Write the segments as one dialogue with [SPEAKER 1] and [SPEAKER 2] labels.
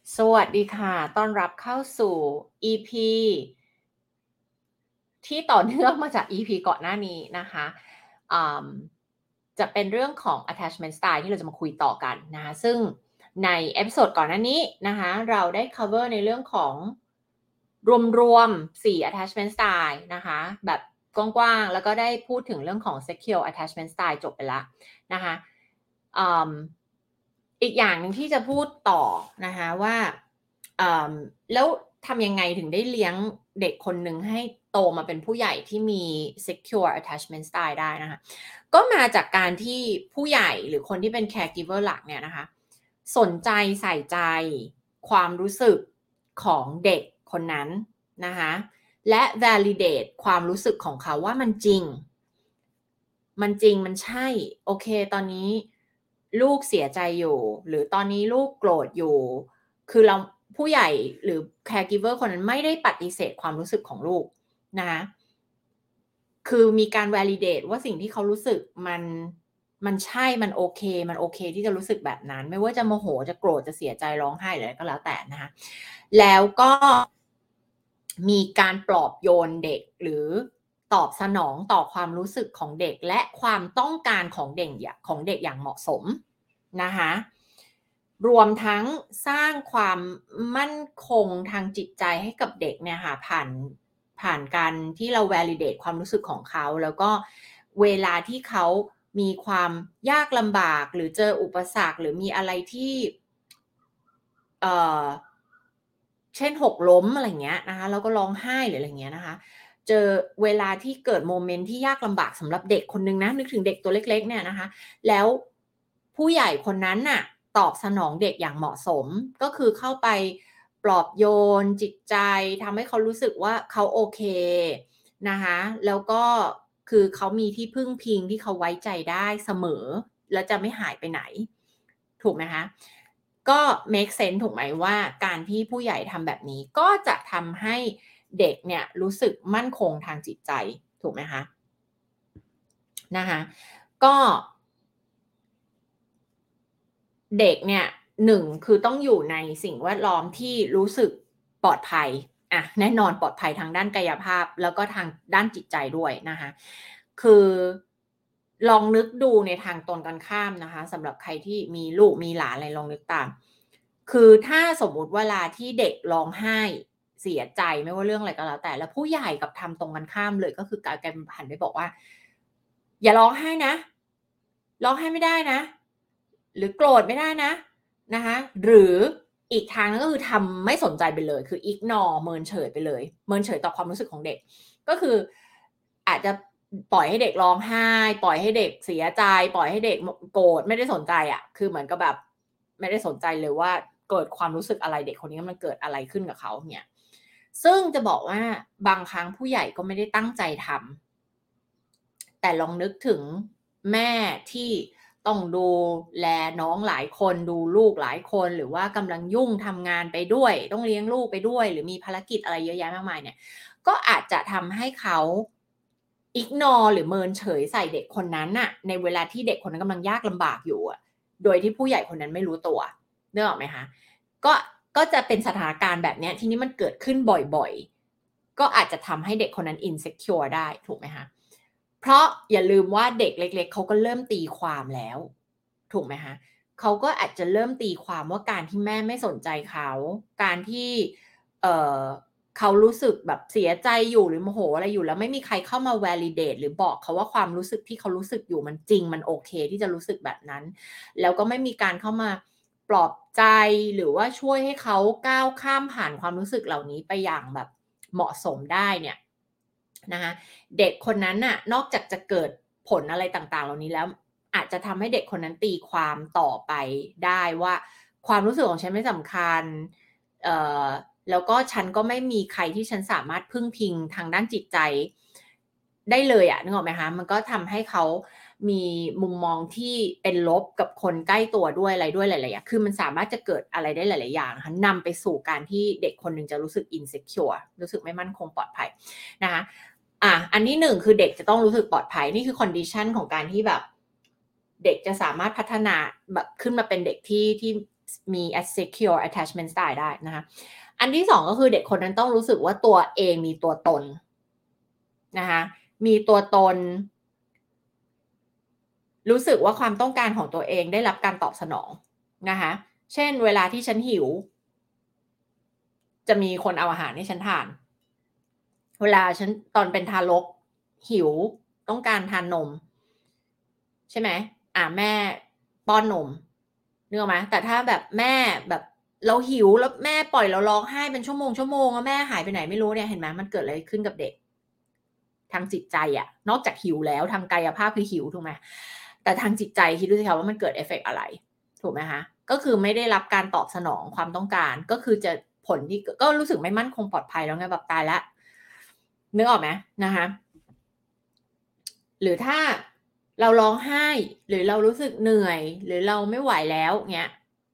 [SPEAKER 1] สวัสดีค่ะต้อนรับเข้าสู่ EP ที่ต่อเนื่องมาจาก EP ก่อนหน้านี้นะคะอ่าจะเป็นเรื่องของ attachment style ที่เราจะมาคุยต่อกันนะคะซึ่งในเอพิโซดก่อนหน้านี้นะคะเราได้ cover ในเรื่องของรวมๆ4 attachment style นะคะแบบกว้างๆแล้วก็ได้พูดถึงเรื่องของ secure attachment style จบไปแล้วนะคะอืมอีกอย่างหนึ่งที่จะพูดต่อนะคะว่าแล้วทำยังไงถึงได้เลี้ยงเด็กคนหนึ่งให้โตมาเป็นผู้ใหญ่ที่มี secure attachment style ได้นะคะก็มาจากการที่ผู้ใหญ่หรือคนที่เป็น caregiver หลักเนี่ยนะคะสนใจใส่ใจความรู้สึกของเด็กคนนั้นนะคะและ validate ความรู้สึกของเขาว่ามันจริงมันใช่โอเคตอนนี้ลูกเสียใจอยู่หรือตอนนี้ลูกโกรธอยู่คือเราผู้ใหญ่หรือ caregiver คนนั้นไม่ได้ปฏิเสธความรู้สึกของลูกนะคะคือมีการ validate ว่าสิ่งที่เขารู้สึกมันใช่มันโอเคที่จะรู้สึกแบบนั้นไม่ว่าจะโมโหจะโกรธจะเสียใจร้องไห้หรืออะไรก็แล้วแต่นะคะแล้วก็มีการปลอบโยนเด็กหรือตอบสนองต่อความรู้สึกของเด็กและความต้องการของเด็กอย่างเหมาะสมนะคะรวมทั้งสร้างความมั่นคงทางจิตใจให้กับเด็กเนี่ยค่ะผ่านการที่เรา validate ความรู้สึกของเขาแล้วก็เวลาที่เขามีความยากลำบากหรือเจออุปสรรคหรือมีอะไรที่เอ่อเช่นหกล้มอะไรเงี้ยนะคะแล้วก็ร้องไห้หรืออะไรเงี้ยนะคะเจอเวลาที่เกิดโมเมนต์ที่ยากลำบากสำหรับเด็กคนหนึ่งนะนึกถึงเด็กตัวเล็กๆเนี่ยนะคะแล้วผู้ใหญ่คนนั้นน่ะตอบสนองเด็กอย่างเหมาะสมก็คือเข้าไปปลอบโยนจิตใจทำให้เขารู้สึกว่าเขาโอเคนะคะแล้วก็คือเขามีที่พึ่งพิงที่เขาไว้ใจได้เสมอและจะไม่หายไปไหนถูกไหมคะ ก็ make sense ถูกไหมว่าการที่ผู้ใหญ่ทำแบบนี้ก็จะทำให้เด็กเนี่ยรู้สึกมั่นคงทางจิตใจถูกไหมคะนะคะก็เด็กเนี่ย1คือต้องอยู่ในสิ่งแวดล้อมที่รู้สึกปลอดภัยแน่นอนปลอดภัยทางด้านกายภาพแล้วก็ทางด้านจิตใจด้วยนะคะคือลองนึกดูในทางตรงกันข้ามนะคะสำหรับใครที่มีลูกมีหลานอะไรลองนึกตามคือถ้าสมมุติเวลาที่เด็กร้องไห้เสียใจไม่ว่าเรื่องอะไรก็แล้วแต่แล้วผู้ใหญ่กลับทำตรงกันข้ามเลยก็คือกลายเป็นหันไปบอกว่าอย่าร้องไห้นะร้องไห้ไม่ได้นะหรือโกรธไม่ได้นะนะคะหรืออีกทางนึงก็คือทำไม่สนใจไปเลยคือ ignore เมินเฉยไปเลยเมินเฉยต่อความรู้สึกของเด็กก็คืออาจจะปล่อยให้เด็กร้องไห้ปล่อยให้เด็กเสียใจปล่อยให้เด็กโกรธไม่ได้สนใจอะคือเหมือนกับแบบไม่ได้สนใจเลยว่าเกิดความรู้สึกอะไรเด็กคนนี้มันเกิดอะไรขึ้นกับเขาเนี่ยซึ่งจะบอกว่าบางครั้งผู้ใหญ่ก็ไม่ได้ตั้งใจทำแต่ลองนึกถึงแม่ที่ต้องดูแลน้องหลายคนดูลูกหลายคนหรือว่ากำลังยุ่งทำงานไปด้วยต้องเลี้ยงลูกไปด้วยหรือมีภารกิจอะไรเยอะแยะมากมายเนี่ยก็อาจจะทำให้เขา ignore หรือเมินเฉยใส่เด็กคนนั้นน่ะในเวลาที่เด็กคนนั้นกำลังยากลำบากอยู่อะโดยที่ผู้ใหญ่คนนั้นไม่รู้ตัวนึกออกไหมคะก็ก็จะเป็นสถานการณ์แบบนี้ทีนี้มันเกิดขึ้นบ่อยๆก็อาจจะทำให้เด็กคนนั้น insecure ได้ถูกไหมคะเพราะอย่าลืมว่าเด็กเล็กๆเขาก็เริ่มตีความแล้วถูกไหมคะเขาก็อาจจะเริ่มตีความว่าการที่แม่ไม่สนใจเขาการที่เอ่อ เขารู้สึกแบบเสียใจอยู่หรือโมโหอะไรอยู่แล้วไม่มีใครเข้ามา validate หรือบอกเขาว่าความรู้สึกที่เขารู้สึกอยู่มันจริงมันโอเคที่จะรู้สึกแบบนั้นแล้วก็ไม่มีการเข้ามาปลอบใจหรือว่าช่วยให้เขาก้าวข้ามผ่านความรู้สึกเหล่านี้ไปอย่างแบบเหมาะสมได้เนี่ยนะคะเด็กคนนั้นน่ะนอกจากจะเกิดผลอะไรต่างๆเหล่านี้แล้วอาจจะทำให้เด็กคนนั้นตีความต่อไปได้ว่าความรู้สึกของฉันไม่สำคัญเอ่อ แล้วก็ฉันก็ไม่มีใครที่ฉันสามารถพึ่งพิงทางด้านจิตใจได้เลยอะนึกออกไหมคะมันก็ทำให้เขามีมุมมองที่เป็นลบกับคนใกล้ตัวด้วยอะไรด้วยหลายๆอย่างคือมันสามารถจะเกิดอะไรได้หลายๆอย่างนะคะนำไปสู่การที่เด็กคนหนึ่งจะรู้สึก insecure รู้สึกไม่มั่นคงปลอดภัยนะคะอันที่1คือเด็กจะต้องรู้สึกปลอดภัยนี่คือ condition ของการที่แบบเด็กจะสามารถพัฒนาแบบขึ้นมาเป็นเด็กที่มี secure attachment style ได้นะคะอันที่2ก็คือเด็กคนนั้นต้องรู้สึกว่าตัวเองมีตัวตนนะคะมีตัวตนรู้สึกว่าความต้องการของตัวเองได้รับการตอบสนองนะคะเช่นเวลาที่ฉันหิวจะมีคนเอาอาหารให้ฉันทานเวลาฉันตอนเป็นทารกหิวต้องการทานนมใช่ไหมแม่ป้อนนมนึกออกไหมแต่ถ้าแบบแม่แบบเราหิวแล้วแม่ปล่อยเราร้องไห้เป็นชั่วโมงแล้วแม่หายไปไหนไม่รู้เนี่ยเห็นไหมมันเกิดอะไรขึ้นกับเด็กทางจิตใจอะนอกจากหิวแล้วทางกายภาพคือหิวถูกไหมแต่ทางจิตใจคิดดูสิคะว่ามันเกิดเอฟเฟกต์อะไรถูกไหมคะก็คือไม่ได้รับการตอบสนองความต้องการก็คือจะผลที่ก็รู้สึกไม่มั่นคงปลอดภัยแล้วไงแบบตายแล้วนึกออกไหมนะคะหรือถ้าเราร้องไห้หรือเรารู้สึกเหนื่อยหรือเราไม่ไหวแล้วเงี้ย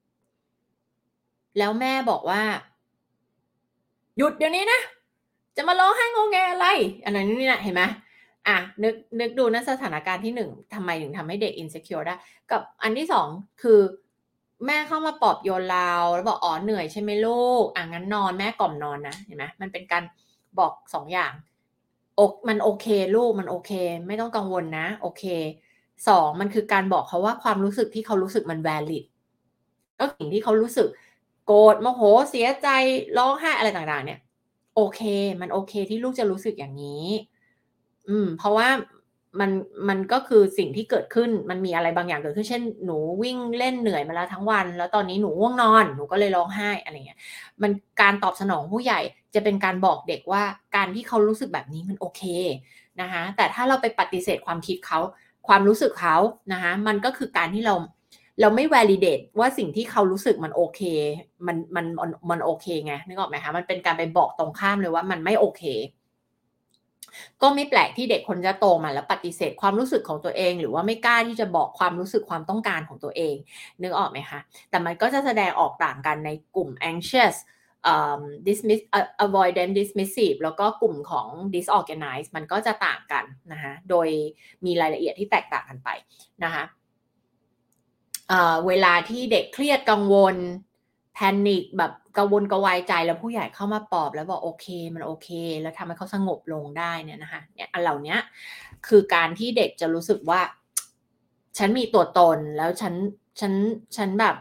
[SPEAKER 1] แล้วแม่บอกว่าหยุดเดี๋ยวนี้นะจะมาร้องไห้งอแงอะไรอันนั้นนี่นะเห็นไหมนึกดูนะสถานการณ์ที่1ทำไมถึงทำให้เด็ก insecure ได้กับอันที่2คือแม่เข้ามาปลอบโยนเราแล้วบอกเหนื่อยใช่ไหมลูกงั้นนอนแม่กล่อมนอนนะเห็นไหมมันเป็นการบอก2อย่างมันโอเคลูกมันโอเคไม่ต้องกังวลนะโอเค2มันคือการบอกเขาว่าความรู้สึกที่เขารู้สึกมัน valid ก็สิ่งที่เขารู้สึกโกรธโมโหเสียใจร้องไห้อะไรต่างๆเนี่ยโอเคมันโอเคที่ลูกจะรู้สึกอย่างนี้เพราะว่ามันก็คือสิ่งที่เกิดขึ้นมันมีอะไรบางอย่างเกิดขึ้นเช่นหนูวิ่งเล่นเหนื่อยมาแล้วทั้งวันแล้วตอนนี้หนูง่วงนอนหนูก็เลยร้องไห้อะไรเงี้ยมันการตอบสนองผู้ใหญ่จะเป็นการบอกเด็กว่าการที่เขารู้สึกแบบนี้มันโอเคนะคะแต่ถ้าเราไปปฏิเสธความคิดเขาความรู้สึกเขานะคะมันก็คือการที่เราไม่ validate ว่าสิ่งที่เขารู้สึกมันโอเคมันโอเคไงนึกออกไหมคะมันเป็นการไปบอกตรงข้ามเลยว่ามันไม่โอเคก็ไม่แปลกที่เด็กคนจะโตมาแล้วปฏิเสธความรู้สึกของตัวเองหรือว่าไม่กล้าที่จะบอกความรู้สึกความต้องการของตัวเองนึกออกไหมคะแต่มันก็จะแสดงออกต่างกันในกลุ่ม anxious avoidant dismissive แล้วก็กลุ่มของ disorganized มันก็จะต่างกันนะคะโดยมีรายละเอียดที่แตกต่างกันไปนะคะเวลาที่เด็กเครียดกังวลแพนิคแบบกังวลกระวายใจแล้วผู้ใหญ่เข้ามาปลอบแล้วบอกโอเคมันโอเคแล้วทำให้เขาสงบลงได้เนี่ยนะคะเนี่ยอันเหล่านี้คือการที่เด็กจะรู้สึกว่าฉันมีตัวตนแล้วฉันแบบ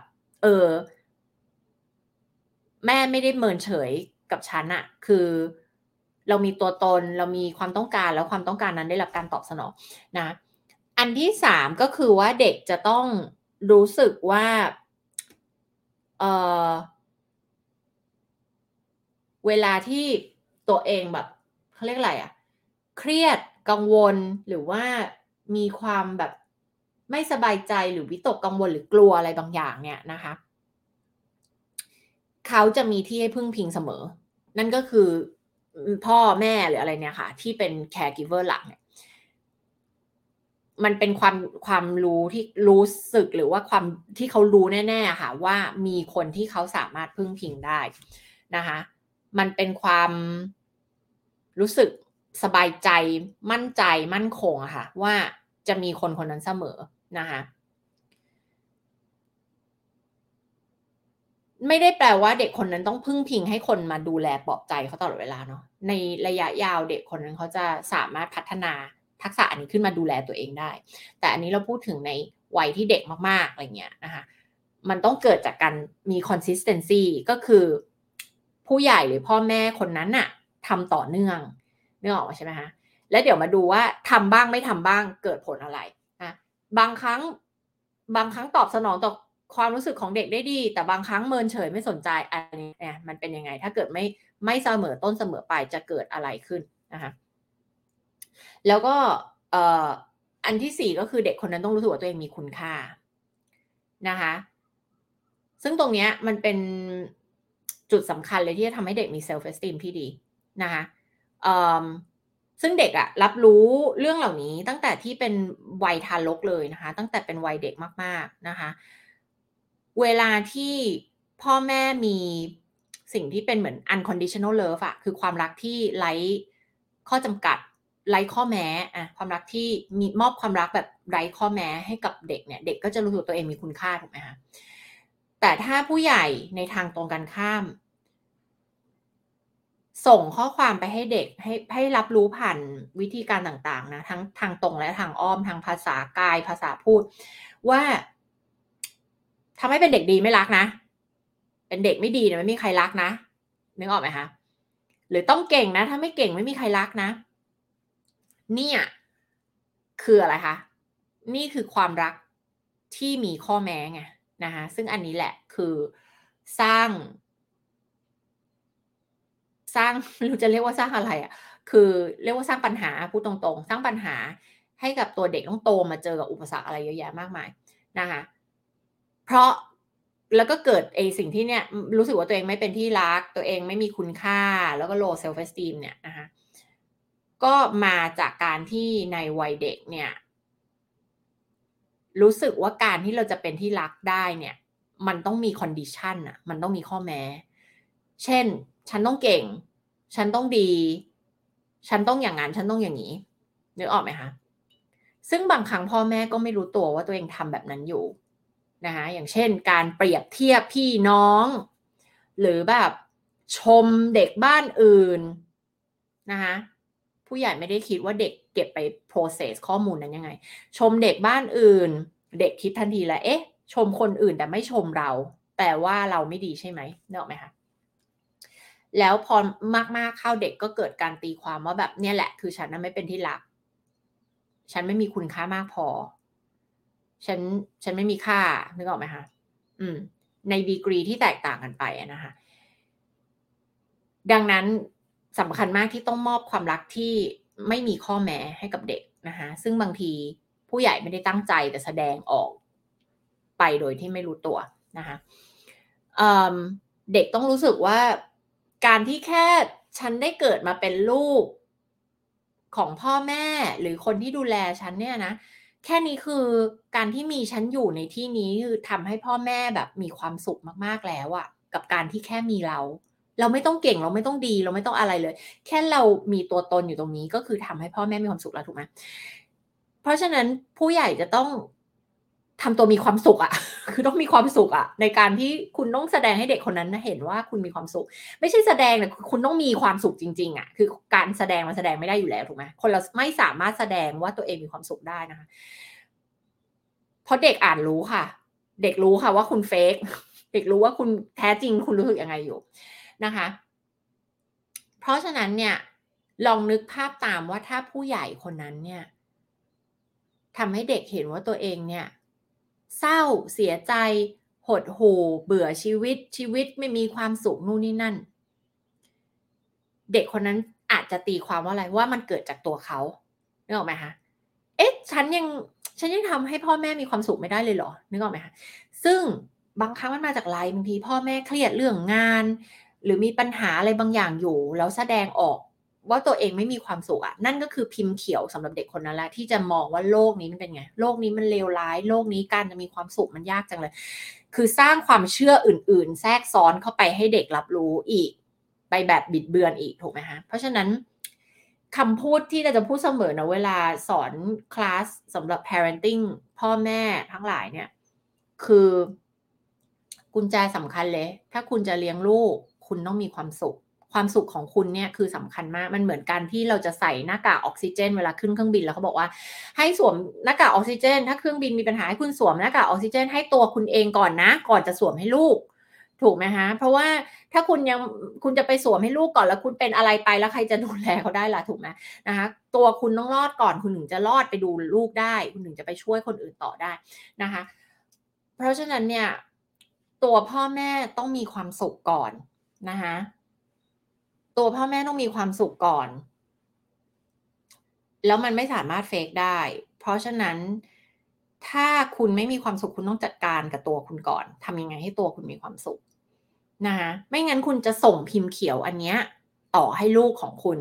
[SPEAKER 1] แม่ไม่ได้เมินเฉยกับฉันอะคือเรามีตัวตนเรามีความต้องการแล้วความต้องการนั้นได้รับการตอบสนองนะอันที่3ก็คือว่าเด็กจะต้องรู้สึกว่าเวลาที่ตัวเองแบบเขาเรียกอะไรอะเครียดกังวลหรือว่ามีความแบบไม่สบายใจหรือวิตกกังวลหรือกลัวอะไรบางอย่างเนี่ยนะคะเขาจะมีที่ให้พึ่งพิงเสมอนั่นก็คือพ่อแม่หรืออะไรเนี่ยค่ะที่เป็น caregiver หลักเนี่ยมันเป็นความรู้ที่รู้สึกหรือว่าความที่เขารู้แน่ๆค่ะว่ามีคนที่เขาสามารถพึ่งพิงได้นะคะมันเป็นความรู้สึกสบายใจมั่นใจมั่นคงอะค่ะว่าจะมีคนคนนั้นเสมอนะคะไม่ได้แปลว่าเด็กคนนั้นต้องพึ่งพิงให้คนมาดูแลปลอบใจเขาตลอดเวลาเนาะในระยะยาวเด็กคนนั้นเขาจะสามารถพัฒนาทักษะอันนี้ขึ้นมาดูแลตัวเองได้แต่อันนี้เราพูดถึงในวัยที่เด็กมากๆอะไรเงี้ยนะคะมันต้องเกิดจากการมี consistency ก็คือผู้ใหญ่หรือพ่อแม่คนนั้นน่ะทำต่อเนื่องนึกออกใช่ไหมคะแล้วเดี๋ยวมาดูว่าทำบ้างไม่ทำบ้างเกิดผลอะไรนะบางครั้งตอบสนองต่อความรู้สึกของเด็กได้ดีแต่บางครั้งเมินเฉยไม่สนใจอันนี้เนี่ยมันเป็นยังไงถ้าเกิดไม่เสมอต้นเสมอปลายจะเกิดอะไรขึ้นนะคะแล้วก็อันที่4ก็คือเด็กคนนั้นต้องรู้สึกว่าตัวเองมีคุณค่านะคะซึ่งตรงเนี้ยมันเป็นจุดสำคัญเลยที่จะทำให้เด็กมี self esteem ที่ดีนะคะเอ่อซึ่งเด็กอะรับรู้เรื่องเหล่านี้ตั้งแต่ที่เป็นวัยทารกเลยนะคะตั้งแต่เป็นวัยเด็กมากๆนะคะเวลาที่พ่อแม่มีสิ่งที่เป็นเหมือน unconditional love อะคือความรักที่ไร้ข้อจำกัดไร้ข้อแม้ความรักที่มีมอบความรักแบบไร้ข้อแม้ให้กับเด็กเนี่ยเด็กก็จะรู้สึกตัวเองมีคุณค่าถูกไหมคะแต่ถ้าผู้ใหญ่ในทางตรงกันข้ามส่งข้อความไปให้เด็กให้รับรู้ผ่านวิธีการต่างๆนะทั้งทางตรงและทางอ้อมทางภาษากายภาษาพูดว่าทำให้เป็นเด็กดีไม่รักนะเป็นเด็กไม่ดีเนี่ยไม่มีใครรักนะนึกออกไหมคะหรือต้องเก่งนะถ้าไม่เก่งไม่มีใครรักนะเนี่ยคืออะไรคะนี่คือความรักที่มีข้อแม้ไงนะคะซึ่งอันนี้แหละคือสร้าง ไม่รู้จะเรียกว่าสร้างอะไรอะคือเรียกว่าสร้างปัญหาพูดตรงๆสร้างปัญหาให้กับตัวเด็กต้องโตมาเจอกับอุปสรรคอะไรเยอะแยะมากมายนะคะเพราะแล้วก็เกิดไอ้สิ่งที่เนี่ยรู้สึกว่าตัวเองไม่เป็นที่รักตัวเองไม่มีคุณค่าแล้วก็ low self esteem เนี่ยนะคะก็มาจากการที่ในวัยเด็กเนี่ยรู้สึกว่าการที่เราจะเป็นที่รักได้เนี่ยมันต้องมี condition น่ะมันต้องมีข้อแม้เช่นฉันต้องเก่งฉันต้องดีฉันต้องอย่างงั้นฉันต้องอย่างงี้นึกออกไหมคะซึ่งบางครั้งพ่อแม่ก็ไม่รู้ตัวว่าตัวเองทำแบบนั้นอยู่นะคะอย่างเช่นการเปรียบเทียบพี่น้องหรือแบบชมเด็กบ้านอื่นนะคะผู้ใหญ่ไม่ได้คิดว่าเด็กเก็บไป process ข้อมูลนั้นยังไง ชมเด็กบ้านอื่นเด็กคิดทันทีแหละเอ๊ะชมคนอื่นแต่ไม่ชมเราแปลว่าเราไม่ดีใช่ไหมนึกออกไหมคะแล้วพอมากๆเข้าเด็กก็เกิดการตีความว่าแบบเนี่ยแหละคือฉันน่ะไม่เป็นที่รักฉันไม่มีคุณค่ามากพอฉันฉันไม่มีค่านึกออกไหมคะอืมในดีกรีที่แตกต่างกันไปอะนะคะดังนั้นสำคัญมากที่ต้องมอบความรักที่ไม่มีข้อแม้ให้กับเด็กนะคะซึ่งบางทีผู้ใหญ่ไม่ได้ตั้งใจแต่แสดงออกไปโดยที่ไม่รู้ตัวนะคะเอ่อเด็กต้องรู้สึกว่าการที่แค่ฉันได้เกิดมาเป็นลูกของพ่อแม่หรือคนที่ดูแลฉันเนี่ยนะแค่นี้คือการที่มีฉันอยู่ในที่นี้คือทำให้พ่อแม่แบบมีความสุขมากๆแล้วอะกับการที่แค่มีเราเราไม่ต้องเก่งเราไม่ต้องดีเราไม่ต้องอะไรเลยแค่เรามีตัวตนอยู่ตรงนี้ก็คือทำให้พ่อแม่มีความสุขแล้วถูกไหมเพราะฉะนั้นผู้ใหญ่จะต้องทำตัวมีความสุขอะคือต้องมีความสุขอะในการที่คุณต้องแสดงให้เด็กคนนั้นน่ะเห็นว่าคุณมีความสุข ไม่ใช่แสดงแต่คุณต้องมีความสุขจริงๆอะคือการแสดงมันแสดงไม่ได้อยู่แล้วถูกไหมคนเราไม่สามารถแสดงว่าตัวเองมีความสุขได้นะคะเพราะเด็กอ่านรู้ค่ะเด็กรู้ค่ะว่าคุณ fake เด็กรู้ว่าคุณแท้จริงคุณรู้สึกยังไงอยู่นะคะเพราะฉะนั้นเนี่ยลองนึกภาพตามว่าถ้าผู้ใหญ่คนนั้นเนี่ยทำให้เด็กเห็นว่าตัวเองเนี่ยเศร้าเสียใจหดหู่เบื่อชีวิตไม่มีความสุขนู่นนี่นั่น เด็กคนนั้นอาจจะตีความว่าอะไรว่ามันเกิดจากตัวเขานึกออกไหมคะเอ๊ะฉันยังทำให้พ่อแม่มีความสุขไม่ได้เลยเหรอนึกออกไหมคะซึ่งบางครั้งมันมาจากอะไรบางทีพ่อแม่เครียดเรื่องงานหรือมีปัญหาอะไรบางอย่างอยู่แล้วแสดงออกว่าตัวเองไม่มีความสุขอะนั่นก็คือพิมพ์เขียวสำหรับเด็กคนนั้นแล้วที่จะมองว่าโลกนี้มันเป็นไงโลกนี้มันเลวร้ายโลกนี้การจะมีความสุขมันยากจังเลยคือสร้างความเชื่ออื่นๆแทรกซ้อนเข้าไปให้เด็กรับรู้อีก ไปแบบบิดเบือนอีกถูกไหมคะเพราะฉะนั้นคำพูดที่เราจะพูดเสมอนะเวลาสอนคลาสสำหรับ parenting พ่อแม่ทั้งหลายเนี่ยคือกุญแจสำคัญเลยถ้าคุณจะเลี้ยงลูกคุณต้องมีความสุขความสุขของคุณเนี่ยคือสำคัญมากมันเหมือนกันที่เราจะใส่หน้ากากออกซิเจนเวลาขึ้นเครื่องบินแล้วเขาบอกว่าให้สวมหน้ากากออกซิเจนถ้าเครื่องบินมีปัญหาให้คุณสวมหน้ากากออกซิเจนให้ตัวคุณเองก่อนนะก่อนจะสวมให้ลูกถูกไหมคะเพราะว่าถ้าคุณจะไปสวมให้ลูกก่อนแล้วคุณเป็นอะไรไปแล้วใครจะดูแลเขาได้ล่ะถูกไหมนะคะตัวคุณต้องรอดก่อนคุณถึงจะรอดไปดูลูกได้คุณถึงจะไปช่วยคนอื่นต่อได้นะคะเพราะฉะนั้นเนี่ยตัวพ่อแม่ต้องมีความสุขก่อนนะคะตัวพ่อแม่ต้องมีความสุขก่อนแล้วมันไม่สามารถ fake ได้เพราะฉะนั้นถ้าคุณไม่มีความสุขคุณต้องจัดการกับตัวคุณก่อนทำยังไงให้ตัวคุณมีความสุขนะคะไม่งั้นคุณจะส่งพิมพ์เขียวอันเนี้ยต่อให้ลูกของคุณ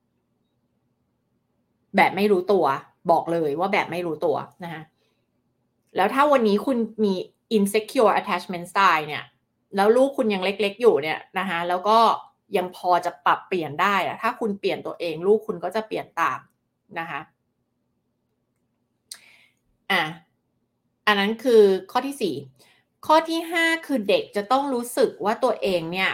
[SPEAKER 1] แบบไม่รู้ตัวบอกเลยว่าแบบไม่รู้ตัวนะคะแล้วถ้าวันนี้คุณมี insecure attachment style เนี่ยแล้วลูกคุณยังเล็กๆอยู่เนี่ยนะคะแล้วก็ยังพอจะปรับเปลี่ยนได้อะถ้าคุณเปลี่ยนตัวเองลูกคุณก็จะเปลี่ยนตามนะคะอ่ะอันนั้นคือข้อที่4 ข้อที่5คือเด็กจะต้องรู้สึกว่าตัวเองเนี่ย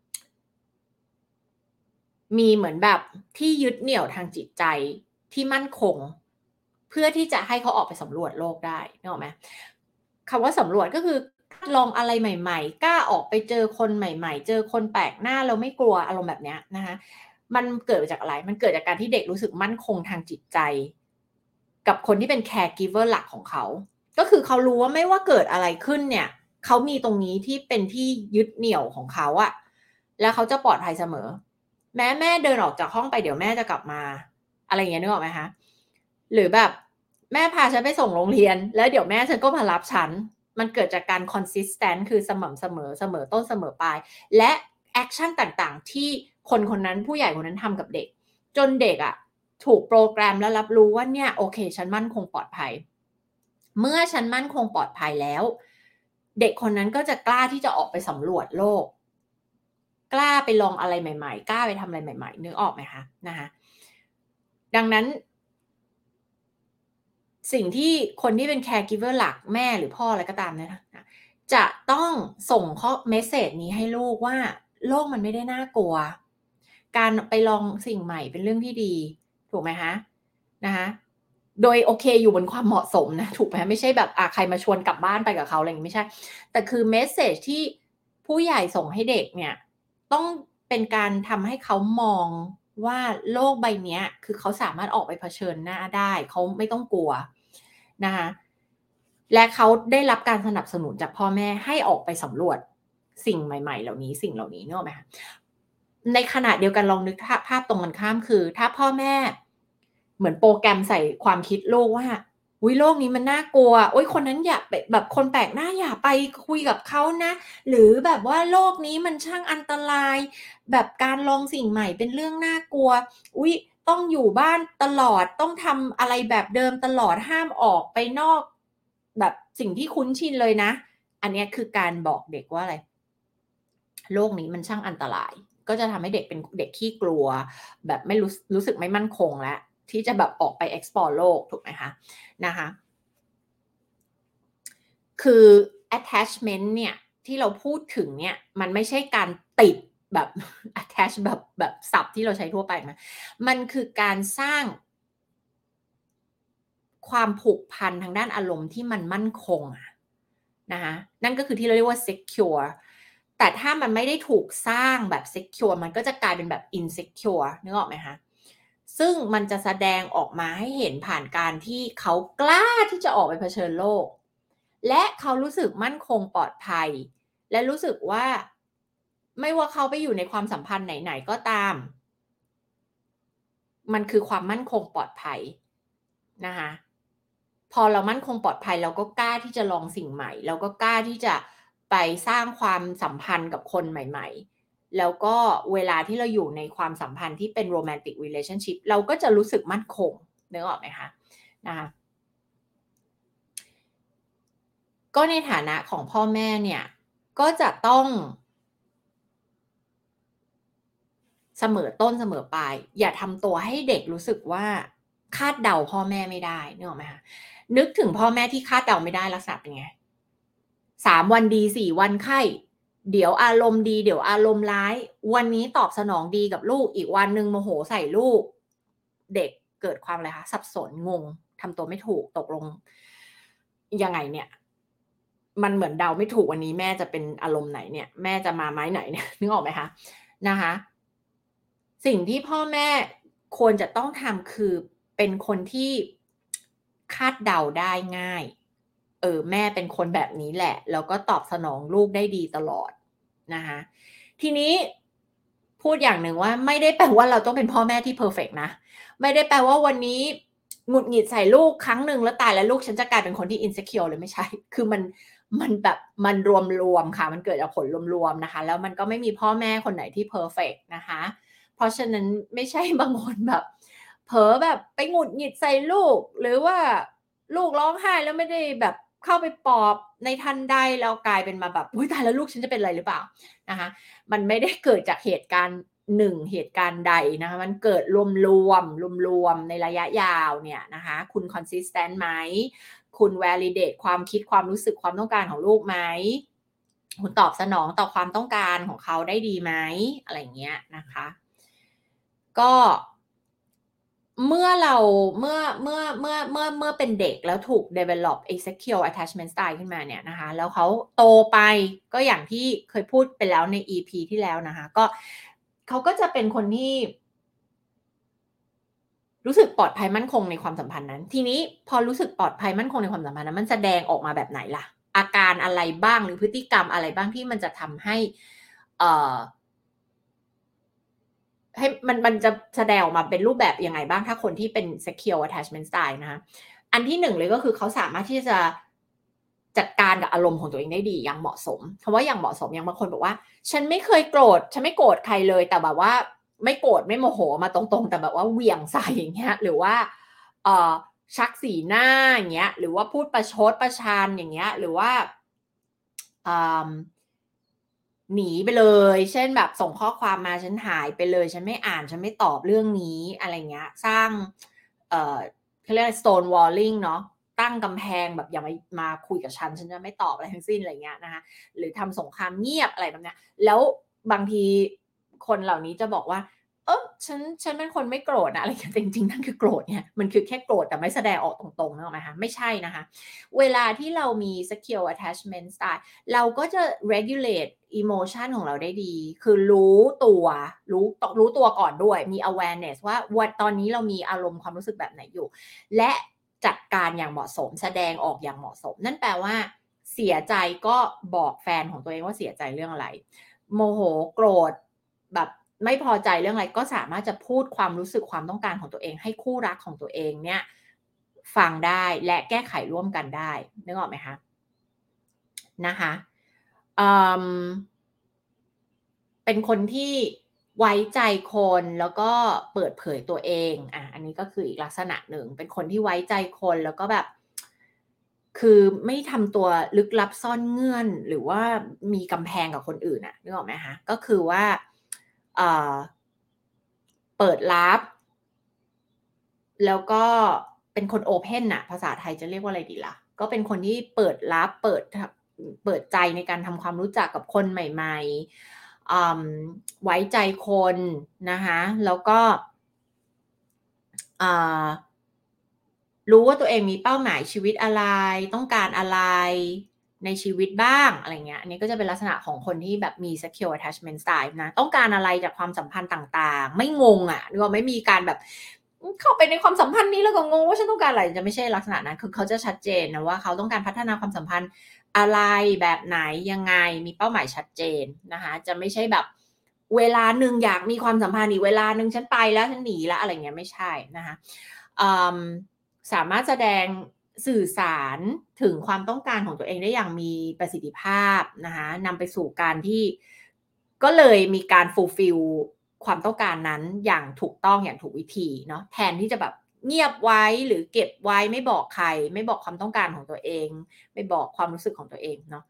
[SPEAKER 1] มีเหมือนแบบที่ยึดเหนี่ยวทางจิตใจที่มั่นคงเพื่อที่จะให้เขาออกไปสำรวจโลกได้นึกออกไหมคำว่าสำรวจก็คือลองอะไรใหม่ๆกล้าออกไปเจอคนใหม่ๆเจอคนแปลกหน้าแล้วไม่กลัวอารมณ์แบบเนี้ยนะคะมันเกิดมาจากอะไรมันเกิดจากการที่เด็กรู้สึกมั่นคงทางจิตใจกับคนที่เป็น caregiver หลักของเขาก็คือเขารู้ว่าไม่ว่าเกิดอะไรขึ้นเนี่ยเขามีตรงนี้ที่เป็นที่ยึดเหนี่ยวของเขาอะแล้วเขาจะปลอดภัยเสมอ แม้แม่เดินออกจากห้องไปเดี๋ยวแม่จะกลับมาอะไรอย่างเงี้ยนึกออกไหมคะหรือแบบแม่พาฉันไปส่งโรงเรียนแล้วเดี๋ยวแม่ฉันก็มารับฉันมันเกิดจากการ consistent คือสม่ำเสมอเสมอต้นเสมอปลายและแอคชั่นต่างๆที่คนคนนั้นผู้ใหญ่คนนั้นทำกับเด็กจนเด็กอะถูกโปรแกรมและรับรู้ว่าเนี่ยโอเคฉันมั่นคงปลอดภัยเมื่อฉันมั่นคงปลอดภัยแล้วเด็กคนนั้นก็จะกล้าที่จะออกไปสำรวจโลก กล้าไปลองอะไรใหม่ๆกล้าไปทำอะไรใหม่ๆนึกออกไหมคะนะคะดังนั้นสิ่งที่คนที่เป็น caregiver หลักแม่หรือพ่ออะไรก็ตามเนี่ยนะจะต้องส่งข้อเมสเสจนี้ให้ลูกว่าโลกมันไม่ได้น่ากลัวการไปลองสิ่งใหม่เป็นเรื่องที่ดีถูกไหมคะนะคะโดยโอเคอยู่บนความเหมาะสมนะถูกไหมไม่ใช่แบบใครมาชวนกลับบ้านไปกับเขาอะไรอย่างงี้ไม่ใช่แต่คือเมสเสจที่ผู้ใหญ่ส่งให้เด็กเนี่ย ต้องเป็นการทำให้เขามองว่าโลกใบนี้คือเขาสามารถออกไปเผชิญหน้าได้เขาไม่ต้องกลัวนะคะและเขาได้รับการสนับสนุนจากพ่อแม่ให้ออกไปสำรวจสิ่งใหม่ๆเหล่านี้สิ่งเหล่านี้นึกออกไหมคะในขณะเดียวกันลองนึกภาพตรงกันข้ามคือถ้าพ่อแม่เหมือนโปรแกรมใส่ความคิดลูกว่าอุ๊ยโลกนี้มันน่ากลัวโอ๊ยคนนั้นอย่าไปแบบคนแปลกหน้าอย่าไปคุยกับเขานะหรือแบบว่าโลกนี้มันช่างอันตรายแบบการลองสิ่งใหม่เป็นเรื่องน่ากลัวอุ๊ยต้องอยู่บ้านตลอดต้องทำอะไรแบบเดิมตลอดห้ามออกไปนอกแบบสิ่งที่คุ้นชินเลยนะอันนี้คือการบอกเด็กว่าอะไรโลกนี้มันช่างอันตรายก็จะทำให้เด็กเป็นเด็กขี้กลัวแบบไม่รู้สึกไม่มั่นคงแล้วที่จะแบบออกไป explore โลกถูกไหมคะนะคะคือ attachment เนี่ยที่เราพูดถึงเนี่ยมันไม่ใช่การติดแบบ attach แบบศัพท์ที่เราใช้ทั่วไปนะมันคือการสร้างความผูกพันทางด้านอารมณ์ที่มันมั่นคงนะคะนั่นก็คือที่เราเรียกว่า secure แต่ถ้ามันไม่ได้ถูกสร้างแบบ secure มันก็จะกลายเป็นแบบ insecure นึกออกไหมคะซึ่งมันจะแสดงออกมาให้เห็นผ่านการที่เขากล้าที่จะออกไปเผชิญโลกและเขารู้สึกมั่นคงปลอดภัยและรู้สึกว่าไม่ว่าเขาไปอยู่ในความสัมพันธ์ไหนๆก็ตามมันคือความมั่นคงปลอดภัยนะคะพอเรามั่นคงปลอดภัยเราก็กล้าที่จะลองสิ่งใหม่เราก็กล้าที่จะไปสร้างความสัมพันธ์กับคนใหม่ๆแล้วก็เวลาที่เราอยู่ในความสัมพันธ์ที่เป็น romantic relationship เราก็จะรู้สึกมั่นคงนึกออกไหมคะนะคะก็ในฐานะของพ่อแม่เนี่ยก็จะต้องเสมอต้นเสมอปลายอย่าทำตัวให้เด็กรู้สึกว่าคาดเดาพ่อแม่ไม่ได้นึกออกไหมคะนึกถึงพ่อแม่ที่คาดเดาไม่ได้ลักษณะเป็นไง 3 วันดี4 วันไข้เดี๋ยวอารมณ์ดีเดี๋ยวอารมณ์ร้ายวันนี้ตอบสนองดีกับลูกอีกวันหนึ่งโมโหใส่ลูกเด็กเกิดความอะไรคะสับสนงงทำตัวไม่ถูกตกลงยังไงเนี่ยมันเหมือนเดาไม่ถูกวันนี้แม่จะเป็นอารมณ์ไหนเนี่ยแม่จะมาไม้ไหนเนี่ยนึกออกไหมคะนะคะสิ่งที่พ่อแม่ควรจะต้องทำคือเป็นคนที่คาดเดาได้ง่าย แม่เป็นคนแบบนี้แหละแล้วก็ตอบสนองลูกได้ดีตลอดนะคะทีนี้พูดอย่างหนึ่งว่าไม่ได้แปลว่าเราต้องเป็นพ่อแม่ที่เพอร์เฟกต์นะไม่ได้แปลว่าวันนี้หงุดหงิดใส่ลูกครั้งหนึ่งแล้วตายแล้วลูกฉันจะกลายเป็นคนที่ insecure เลยไม่ใช่คือมันแบบมันรวมๆค่ะมันเกิดจากผลรวมๆนะคะแล้วมันก็ไม่มีพ่อแม่คนไหนที่เพอร์เฟกต์นะคะเพราะฉะนั้นไม่ใช่บางคนแบบเผลอแบบไปหงุดหงิดใส่ลูกหรือว่าลูกร้องไห้แล้วไม่ได้แบบเข้าไปปลอบในทันใดแล้วกลายเป็นมาแบบอุ๊ยตายแล้วลูกฉันจะเป็นอะไรหรือเปล่านะคะมันไม่ได้เกิดจากเหตุการณ์1เหตุการณ์ใดนะคะมันเกิดรวมๆในระยะยาวเนี่ยนะคะคุณ consistent ไหมคุณ validate ความคิดความรู้สึกความต้องการของลูกไหมคุณตอบสนองต่อความต้องการของเขาได้ดีไหมอะไรเงี้ยนะคะก็เมื่อเราเมื่อเป็นเด็กแล้วถูก develop ไอ้ secure attachment style ขึ้นมาเนี่ยนะคะแล้วเขาโตไปก็อย่างที่เคยพูดไปแล้วใน EP ที่แล้วนะคะก็เขาก็จะเป็นคนที่รู้สึกปลอดภัยมั่นคงในความสัมพันธ์นั้นทีนี้พอรู้สึกปลอดภัยมั่นคงในความสัมพันธ์นั้นมันแสดงออกมาแบบไหนล่ะอาการอะไรบ้างหรือพฤติกรรมอะไรบ้างที่มันจะทำให้เอ่อให้มันจะแสดงออกมาเป็นรูปแบบยังไงบ้างถ้าคนที่เป็น secure attachment style นะคะอันที่หนึ่งเลยก็คือเขาสามารถที่จะจัดการกับอารมณ์ของตัวเองได้ดีอย่างเหมาะสมคำว่าอย่างเหมาะสมอย่างบางคนบอกว่าฉันไม่เคยโกรธฉันไม่โกรธใครเลยแต่แบบว่าไม่โกรธไม่โมโหมาตรงๆแต่แบบว่าเหวี่ยงใส่อย่างเงี้ยหรือว่าเอ่อชักสีหน้าอย่างเงี้ยหรือว่าพูดประชดประชันอย่างเงี้ยหรือว่าหนีไปเลยเช่นแบบส่งข้อความมาฉันหายไปเลยฉันไม่อ่านฉันไม่ตอบเรื่องนี้อะไรเงี้ยสร้างเขาเรียก stone walling เนาะตั้งกำแพงแบบอย่ามาคุยกับฉันจะไม่ตอบอะไรทั้งสิ้นอะไรเงี้ยนะคะหรือทำสงครามเงียบอะไรแบบเนี้ยแล้วบางทีคนเหล่านี้จะบอกว่าฉันเป็นคนไม่โกรธนะอะไรอย่างเงี้ยแต่จริงๆนั่นคือโกรธไงมันคือแค่โกรธแต่ไม่แสดงออกตรงๆนึกออกไหมคะไม่ใช่นะคะเวลาที่เรามี secure attachment style เราก็จะ regulate emotion ของเราได้ดี คือรู้ตัวก่อนด้วย มี awareness ว่าตอนนี้เรามีอารมณ์ความรู้สึกแบบไหนอยู่ และจัดการอย่างเหมาะสม แสดงออกอย่างเหมาะสม นั่นแปลว่าเสียใจก็บอกแฟนของตัวเองว่าเสียใจเรื่องอะไร โมโหโกรธแบบไม่พอใจเรื่องอะไรก็สามารถจะพูดความรู้สึกความต้องการของตัวเองให้คู่รักของตัวเองเนี่ยฟังได้และแก้ไขร่วมกันได้นึกออกไหมคะนะคะเป็นคนที่ไว้ใจคนแล้วก็เปิดเผยตัวเองอันนี้ก็คืออีกลักษณะหนึ่งเป็นคนที่ไว้ใจคนแล้วก็แบบคือไม่ทำตัวลึกลับซ่อนเงื่อนหรือว่ามีกำแพงกับคนอื่นนึกออกไหมคะก็คือว่าเอ่อเปิดรับแล้วก็เป็นคนโอเพนน่ะภาษาไทยจะเรียกว่าอะไรดีล่ะก็เป็นคนที่เปิดรับเปิดใจในการทำความรู้จักกับคนใหม่ๆไว้ใจคนนะคะแล้วก็รู้ว่าตัวเองมีเป้าหมายชีวิตอะไรต้องการอะไรในชีวิตบ้างอะไรเงี้ยอันนี้ก็จะเป็นลักษณะของคนที่แบบมี secure attachment style นะต้องการอะไรจากความสัมพันธ์ต่างๆไม่งงหรือว่าไม่มีการแบบเข้าไปในความสัมพันธ์นี้แล้วก็งงว่าฉันต้องการอะไรจะไม่ใช่ลักษณะนั้นคือเขาจะชัดเจนนะว่าเขาต้องการพัฒนาความสัมพันธ์อะไรแบบไหนยังไงมีเป้าหมายชัดเจนนะคะจะไม่ใช่แบบเวลาหนึ่งอยากมีความสัมพันธ์อีกเวลาหนึ่งฉันไปแล้วฉันหนีแล้วอะไรเงี้ยไม่ใช่นะคะสามารถแสดงสื่อสารถึงความต้องการของตัวเองได้อย่างมีประสิทธิภาพนะคะนำไปสู่การที่ก็เลยมีการ fulfill ความต้องการนั้นอย่างถูกต้องอย่างถูกวิธีเนาะแทนที่จะแบบเงียบไว้หรือเก็บไว้ไม่บอกใครไม่บอกความต้องการของตัวเองไม่บอกความรู้สึกของตัวเองเนาะ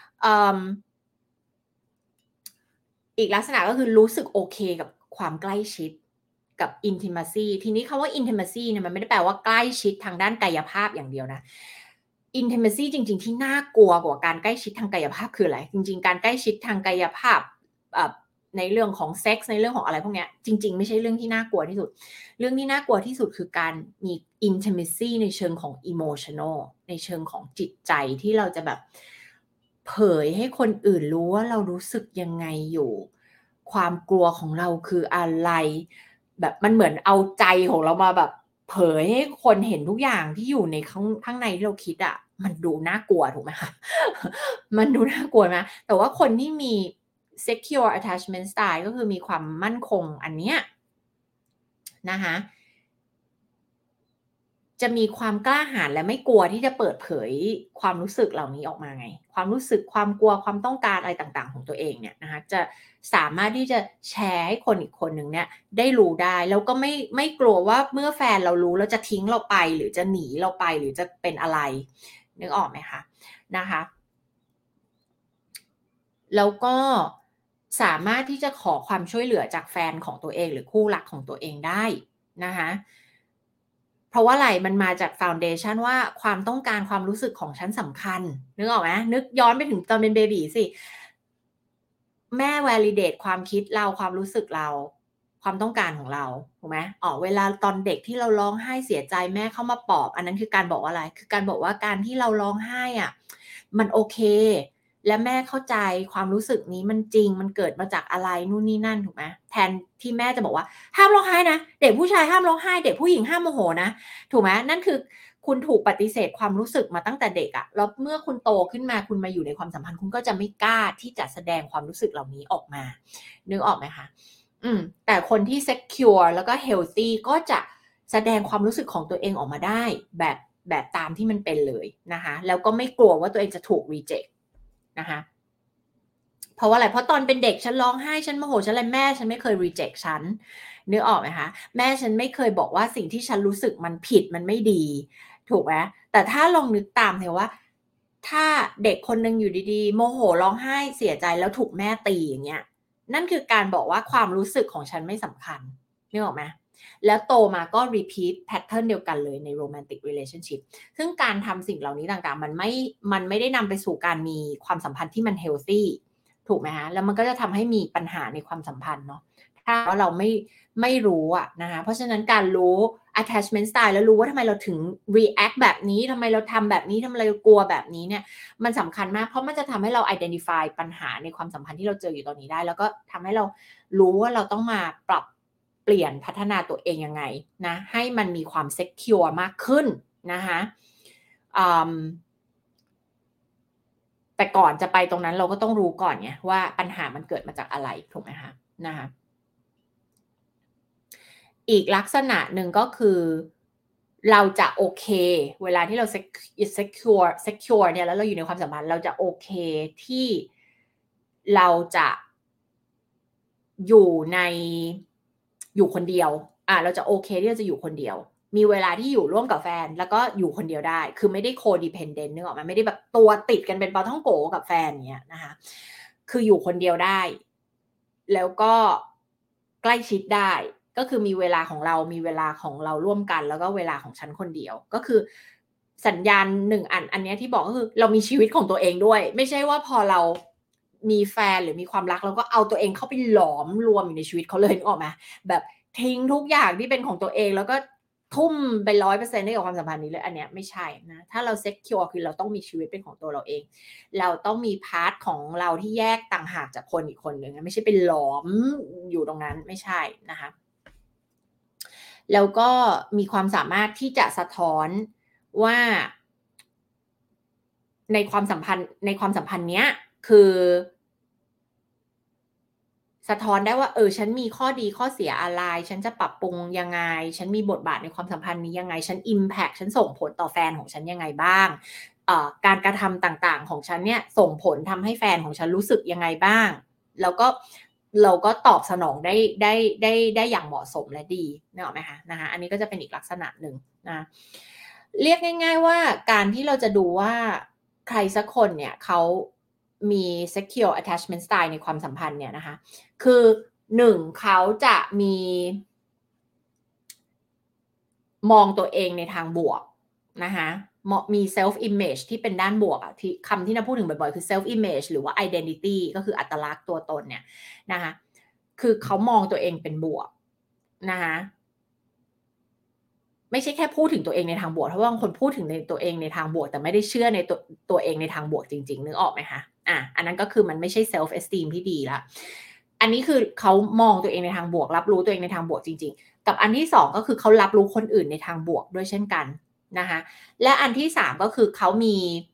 [SPEAKER 1] อีกลักษณะก็คือรู้สึกโอเคกับความใกล้ชิดกับ intimacy ทีนี้คำว่า intimacy เนี่ยมันไม่ได้แปลว่าใกล้ชิดทางด้านกายภาพอย่างเดียวนะ intimacy จริงๆที่น่ากลัวกว่าการใกล้ชิดทางกายภาพคืออะไรจริงๆการใกล้ชิดทางกายภาพในเรื่องของเซ็กส์ในเรื่องของอะไรพวกนี้จริงๆไม่ใช่เรื่องที่น่ากลัวที่สุดเรื่องที่น่ากลัวที่สุดคือการมี intimacy ในเชิงของ emotional ในเชิงของจิตใจที่เราจะแบบเผยให้คนอื่นรู้ว่าเรารู้สึกยังไงอยู่ความกลัวของเราคืออะไรแบบมันเหมือนเอาใจของเรามาแบบเผยให้คนเห็นทุกอย่างที่อยู่ในข้างในที่เราคิดมันดูน่ากลัวถูกไหมคะมันดูน่ากลัวนะแต่ว่าคนที่มี secure attachment style ก็คือมีความมั่นคงอันเนี้ยนะคะจะมีความกล้าหาญและไม่กลัวที่จะเปิดเผยความรู้สึกเหล่านี้ออกมาไงความรู้สึกความกลัวความต้องการอะไรต่างๆของตัวเองเนี่ยนะคะจะสามารถที่จะแชร์ให้คนอีกคนหนึ่งเนี่ยได้รู้ได้แล้วก็ไม่กลัวว่าเมื่อแฟนเรารู้แล้วจะทิ้งเราไปหรือจะหนีเราไปหรือจะเป็นอะไรนึกออกไหมคะนะคะแล้วก็สามารถที่จะขอความช่วยเหลือจากแฟนของตัวเองหรือคู่รักของตัวเองได้นะคะเพราะว่าอะไรมันมาจาก foundation ว่าความต้องการความรู้สึกของฉันสำคัญนึกออกไหมนึกย้อนไปถึงตอนเป็นเบบีสิแม่ validate ความคิดเราความรู้สึกเราความต้องการของเราถูกไหมเวลาตอนเด็กที่เราร้องไห้เสียใจแม่เข้ามาปลอบอันนั้นคือการบอกว่าอะไรคือการบอกว่าการที่เราร้องไห้อะมันโอเคและแม่เข้าใจความรู้สึกนี้มันจริงมันเกิดมาจากอะไรนู่นนี่นั่นถูกไหมแทนที่แม่จะบอกว่าห้ามร้องไห้นะเด็กผู้ชายห้ามร้องไห้เด็กผู้หญิงห้ามโมโหนะถูกไหมนั่นคือคุณถูกปฏิเสธความรู้สึกมาตั้งแต่เด็กอะแล้วเมื่อคุณโตขึ้นมาคุณมาอยู่ในความสัมพันธ์คุณก็จะไม่กล้าที่จะแสดงความรู้สึกเหล่านี้ออกมานึกออกไหมคะแต่คนที่ secure แล้วก็ healthy ก็จะแสดงความรู้สึกของตัวเองออกมาได้แบบตามที่มันเป็นเลยนะคะแล้วก็ไม่กลัวว่าตัวเองจะถูก reject นะคะเพราะว่าอะไรเพราะตอนเป็นเด็กฉันร้องไห้ฉันโมโหฉันอะไรแม่ฉันไม่เคย reject ฉันนึกออกไหมคะแม่ฉันไม่เคยบอกว่าสิ่งที่ฉันรู้สึกมันผิดมันไม่ดีถูกไหมแต่ถ้าลองนึกตามเถอะว่าถ้าเด็กคนหนึ่งอยู่ดีๆโมโหร้องไห้เสียใจแล้วถูกแม่ตีอย่างเงี้ยนั่นคือการบอกว่าความรู้สึกของฉันไม่สำคัญนึกออกไหมแล้วโตมาก็ repeat pattern เดียวกันเลยใน romantic relationship ซึ่งการทำสิ่งเหล่านี้ต่างๆมันไม่ได้นำไปสู่การมีความสัมพันธ์ที่มัน healthy ถูกไหมคะแล้วมันก็จะทำให้มีปัญหาในความสัมพันธ์เนาะถ้าว่าเราไม่รู้อะนะคะเพราะฉะนั้นการรู้ attachment style แล้วรู้ว่าทำไมเราถึง react แบบนี้ทำไมเราทำแบบนี้ทำไมเรากลัวแบบนี้เนี่ยมันสำคัญมากเพราะมันจะทำให้เรา identify ปัญหาในความสัมพันธ์ที่เราเจออยู่ตอนนี้ได้แล้วก็ทำให้เรารู้ว่าเราต้องมาปรับเปลี่ยนพัฒนาตัวเองยังไงนะให้มันมีความ secure มากขึ้นนะคะแต่ก่อนจะไปตรงนั้นเราก็ต้องรู้ก่อนไงว่าปัญหามันเกิดมาจากอะไรถูกไหมคะนะคะอีกลักษณะหนึ่งก็คือเราจะโอเคเวลาที่เรา secure เนี่ยแล้วเราอยู่ในความสัมพันธ์เราจะโอเคที่เราจะอยู่ในอยู่คนเดียวเราจะโอเคที่เราจะอยู่คนเดียวมีเวลาที่อยู่ร่วมกับแฟนแล้วก็อยู่คนเดียวได้คือไม่ได้ codependent นึกออกไหมไม่ได้แบบตัวติดกันเป็นปาท่องโกกับแฟนอย่างเงี้ยนะคะคืออยู่คนเดียวได้แล้วก็ใกล้ชิดได้ก็คือมีเวลาของเรามีเวลาของเราร่วมกันแล้วก็เวลาของฉันคนเดียวก็คือสัญญาณ1อันเนี้ยที่บอกก็คือเรามีชีวิตของตัวเองด้วยไม่ใช่ว่าพอเรามีแฟนหรือมีความรักเราก็เอาตัวเองเข้าไปหลอมรวมอยู่ในชีวิตเขาเลยนึกออกไหมแบบทิ้งทุกอย่างที่เป็นของตัวเองแล้วก็ทุ่มไป 100% ให้กับความสัมพันธ์นี้เลยอันเนี้ยไม่ใช่นะถ้าเรา secure คือเราต้องมีชีวิตเป็นของตัวเราเองเราต้องมีพาร์ตของเราที่แยกต่างหากจากคนอีกคนหนึ่งไม่ใช่ไปหลอมอยู่ตรงนั้นไม่ใช่นะคะแล้วก็มีความสามารถที่จะสะท้อนว่าในความสัมพันธ์เนี้ยคือสะท้อนได้ว่าฉันมีข้อดีข้อเสียอะไรฉันจะปรับปรุงยังไงฉันมีบทบาทในความสัมพันธ์นี้ยังไงฉัน impact ฉันส่งผลต่อแฟนของฉันยังไงบ้างการกระทำต่างๆของฉันเนี่ยส่งผลทำให้แฟนของฉันรู้สึกยังไงบ้างแล้วก็เราก็ตอบสนองได้อย่างเหมาะสมและดีนึกออกไหมคะนะคะอันนี้ก็จะเป็นอีกลักษณะหนึ่งนะเรียกง่ายๆว่าการที่เราจะดูว่าใครสักคนเนี่ยเขามี secure attachment style ในความสัมพันธ์เนี่ยนะคะคือ1เขาจะมองตัวเองในทางบวกนะคะมี self image ที่เป็นด้านบวกอะที่คำที่เราพูดถึงบ่อยๆคือ self image หรือว่า identity ก็คืออัตลักษณ์ตัวตนเนี่ยนะคะคือเขามองตัวเองเป็นบวกนะคะไม่ใช่แค่พูดถึงตัวเองในทางบวกเพราะว่าบางคนพูดถึงในตัวเองในทางบวกแต่ไม่ได้เชื่อในตัวเองในทางบวกจริงๆนึกออกไหมคะอันนั้นก็คือมันไม่ใช่ self esteem ที่ดีแล้วอันนี้คือเขามองตัวเองในทางบวกรับรู้ตัวเองในทางบวกจริงๆกับอันที่2ก็คือเขารับรู้คนอื่นในทางบวกด้วยเช่นกันนะคะและอันที่3ก็คือเขามี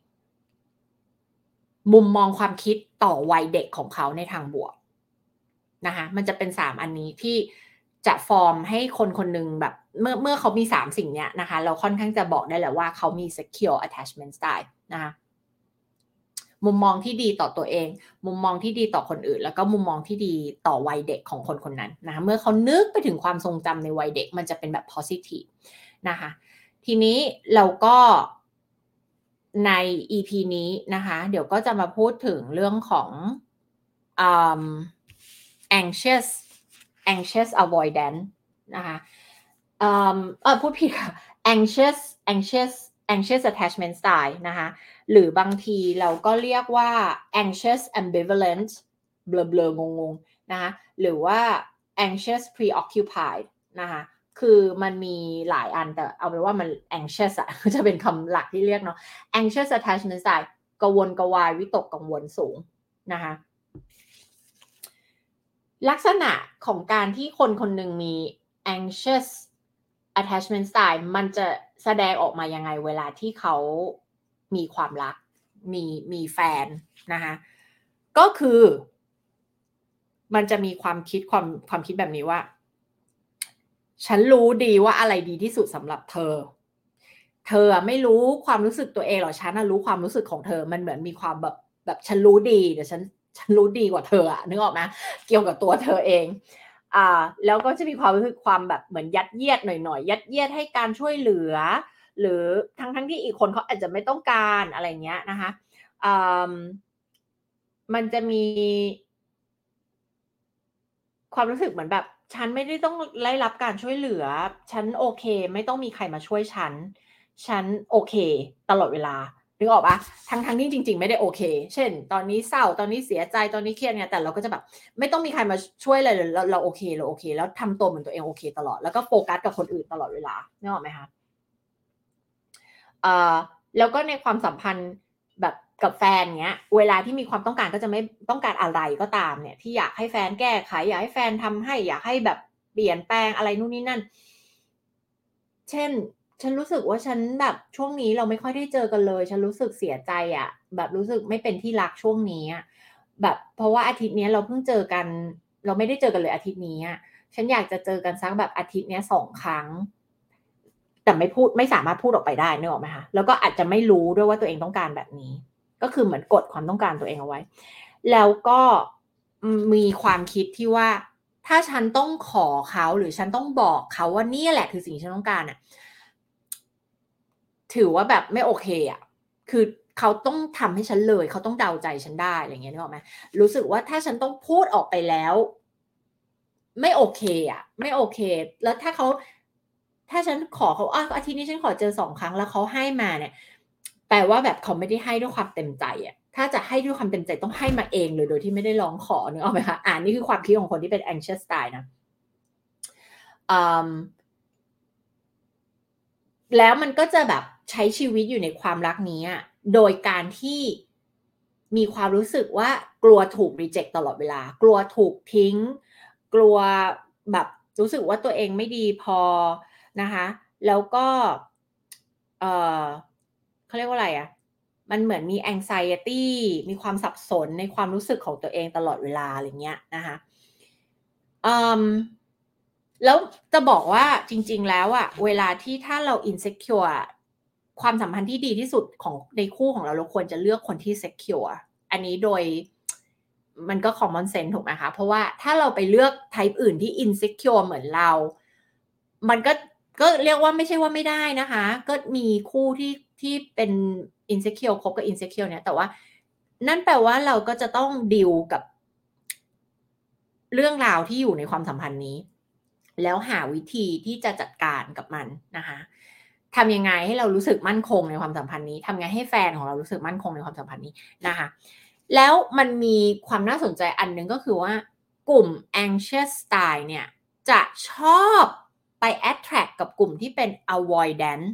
[SPEAKER 1] มุมมองความคิดต่อวัยเด็กของเขาในทางบวกนะคะมันจะเป็น3อันนี้ที่จะฟอร์มให้คนคนหนึ่งแบบเมื่อเขามี3สิ่งเนี้ยนะคะเราค่อนข้างจะบอกได้แหละว่าเขามี secure attachment style นะคะมุมมองที่ดีต่อตัวเองมุมมองที่ดีต่อคนอื่นแล้วก็มุมมองที่ดีต่อวัยเด็กของคนคนนั้นนะคะเมื่อเขานึกไปถึงความทรงจำในวัยเด็กมันจะเป็นแบบ positive นะคะทีนี้เราก็ใน EP นี้นะคะเดี๋ยวก็จะมาพูดถึงเรื่องของanxious avoidance นะคะพูดผิดค่ะ anxious attachment style นะคะหรือบางทีเราก็เรียกว่า anxious ambivalent เบลอๆงงๆนะคะหรือว่า anxious preoccupied นะคะคือมันมีหลายอันแต่เอาเป็นว่ามัน anxious อะจะเป็นคำหลักที่เรียกเนาะ anxious attachment style กระวนกระวายวิตกกังวลสูงนะคะลักษณะของการที่คนคนหนึ่งมี anxious attachment style มันจะแสดงออกมายังไงเวลาที่เขามีความรักมีแฟนนะคะก็คือมันจะมีความคิดแบบนี้ว่าฉันรู้ดีว่าอะไรดีที่สุดสำหรับเธอไม่รู้ความรู้สึกตัวเองหรอกฉันรู้ความรู้สึกของเธอมันเหมือนมีความแบบฉันรู้ดีเดี๋ยวฉันรู้ดีกว่าเธอนึกออกไหมเกี่ยวกับตัวเธอเองแล้วก็จะมีความรู้สึกความแบบเหมือนยัดเยียดหน่อยๆยัดเยียดให้การช่วยเหลือหรือทั้งที่อีกคนเขาอาจจะไม่ต้องการอะไรเงี้ยนะคะมันจะมีความรู้สึกเหมือนแบบฉันไม่ได้ต้องได้รับการช่วยเหลือฉันโอเคไม่ต้องมีใครมาช่วยฉันโอเคตลอดเวลานึกออกปะทั้งที่จริงๆไม่ได้โอเคเช่นตอนนี้เศร้าตอนนี้เสียใจตอนนี้เครียดเนี่ยแต่เราก็จะแบบไม่ต้องมีใครมาช่วยเลยเราโอเคแล้วทำตัวเหมือนตัวเองโอเคตลอดแล้วก็โฟกัสกับคนอื่นตลอดเวลานึกออกไหมคะแล้วก็ในความสัมพันธ์แบบกับแฟนเงี้ยเวลาที่มีความต้องการก็จะไม่ต้องการอะไรก็ตามเนี่ยที่อยากให้แฟนแก้ไขอยากให้แฟนทำให้อยากให้แบบเปลี่ยนแปลงอะไรนู่นนี่นั่นเช่นฉันรู้สึกว่าฉันแบบช่วงนี้เราไม่ค่อยได้เจอกันเลยฉันรู้สึกเสียใจอะแบบรู้สึกไม่เป็นที่รักช่วงนี้อะแบบเพราะว่าอาทิตย์นี้เราเพิ่งเจอกันเราไม่ได้เจอกันเลยอาทิตย์นี้อะฉันอยากจะเจอกันสักแบบอาทิตย์นี้2ครั้ง แต่ไม่สามารถพูดออกไปได้นึกออกไหมคะแล้วก็อาจจะไม่รู้ด้วยว่าตัวเองต้องการแบบนี้ก็คือเหมือนกดความต้องการตัวเองเอาไว้แล้วก็มีความคิดที่ว่าถ้าฉันต้องขอเขาหรือฉันต้องบอกเขาว่านี่แหละคือสิ่งที่ฉันต้องการอะถือว่าแบบไม่โอเคอะคือเขาต้องทำให้ฉันเลยเขาต้องเดาใจฉันได้อะไรอย่างเงี้ยนึกออกไหมรู้สึกว่าถ้าฉันต้องพูดออกไปแล้วไม่โอเคอะไม่โอเคแล้วถ้าฉันขอเขาอาทิตย์นี้ฉันขอเจอ2ครั้งแล้วเขาให้มาเนี่ยแปลว่าแบบเขาไม่ได้ให้ด้วยความเต็มใจอะถ้าจะให้ด้วยความเต็มใจต้องให้มาเองเลยโดยที่ไม่ได้ร้องขอนึกออกไหมคะนี่คือความคิดของคนที่เป็น anxious style นะแล้วมันก็จะแบบใช้ชีวิตอยู่ในความรักนี้โดยการที่มีความรู้สึกว่ากลัวถูก reject ตลอดเวลากลัวถูกทิ้งกลัวแบบรู้สึกว่าตัวเองไม่ดีพอนะคะแล้วก็เอ่อเขาเรียกว่าอะไรมันเหมือนมี anxiety มีความสับสนในความรู้สึกของตัวเองตลอดเวลาอะไรเงี้ยนะคะเอ่อแล้วจะบอกว่าจริงๆแล้วเวลาที่ถ้าเรา insecure ความสัมพันธ์ที่ดีที่สุดของในคู่ของเราเราควรจะเลือกคนที่ secure อันนี้โดยมันก็ common sense ถูกไหมคะเพราะว่าถ้าเราไปเลือก type อื่นที่ insecure เหมือนเรามันก็เรียกว่าไม่ใช่ว่าไม่ได้นะคะก็มีคู่ที่เป็น insecure คบกับ insecure เนี่ยแต่ว่านั่นแปลว่าเราก็จะต้องดีลกับเรื่องราวที่อยู่ในความสัมพันธ์นี้แล้วหาวิธีที่จะจัดการกับมันนะคะทำยังไงให้เรารู้สึกมั่นคงในความสัมพันธ์นี้ทำยังไงให้แฟนของเรารู้สึกมั่นคงในความสัมพันธ์นี้นะคะแล้วมันมีความน่าสนใจอันหนึ่งก็คือว่ากลุ่ม anxious style เนี่ยจะชอบไป attract กับกลุ่มที่เป็น avoidant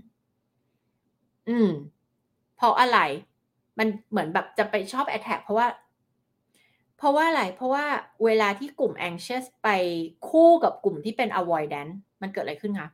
[SPEAKER 1] เพราะอะไรมันเหมือนแบบจะไปชอบ attract เพราะว่าอะไรเพราะว่าเวลาที่กลุ่ม anxious ไปคู่กับกลุ่มที่เป็น avoidant มันเกิดอะไรขึ้นคะ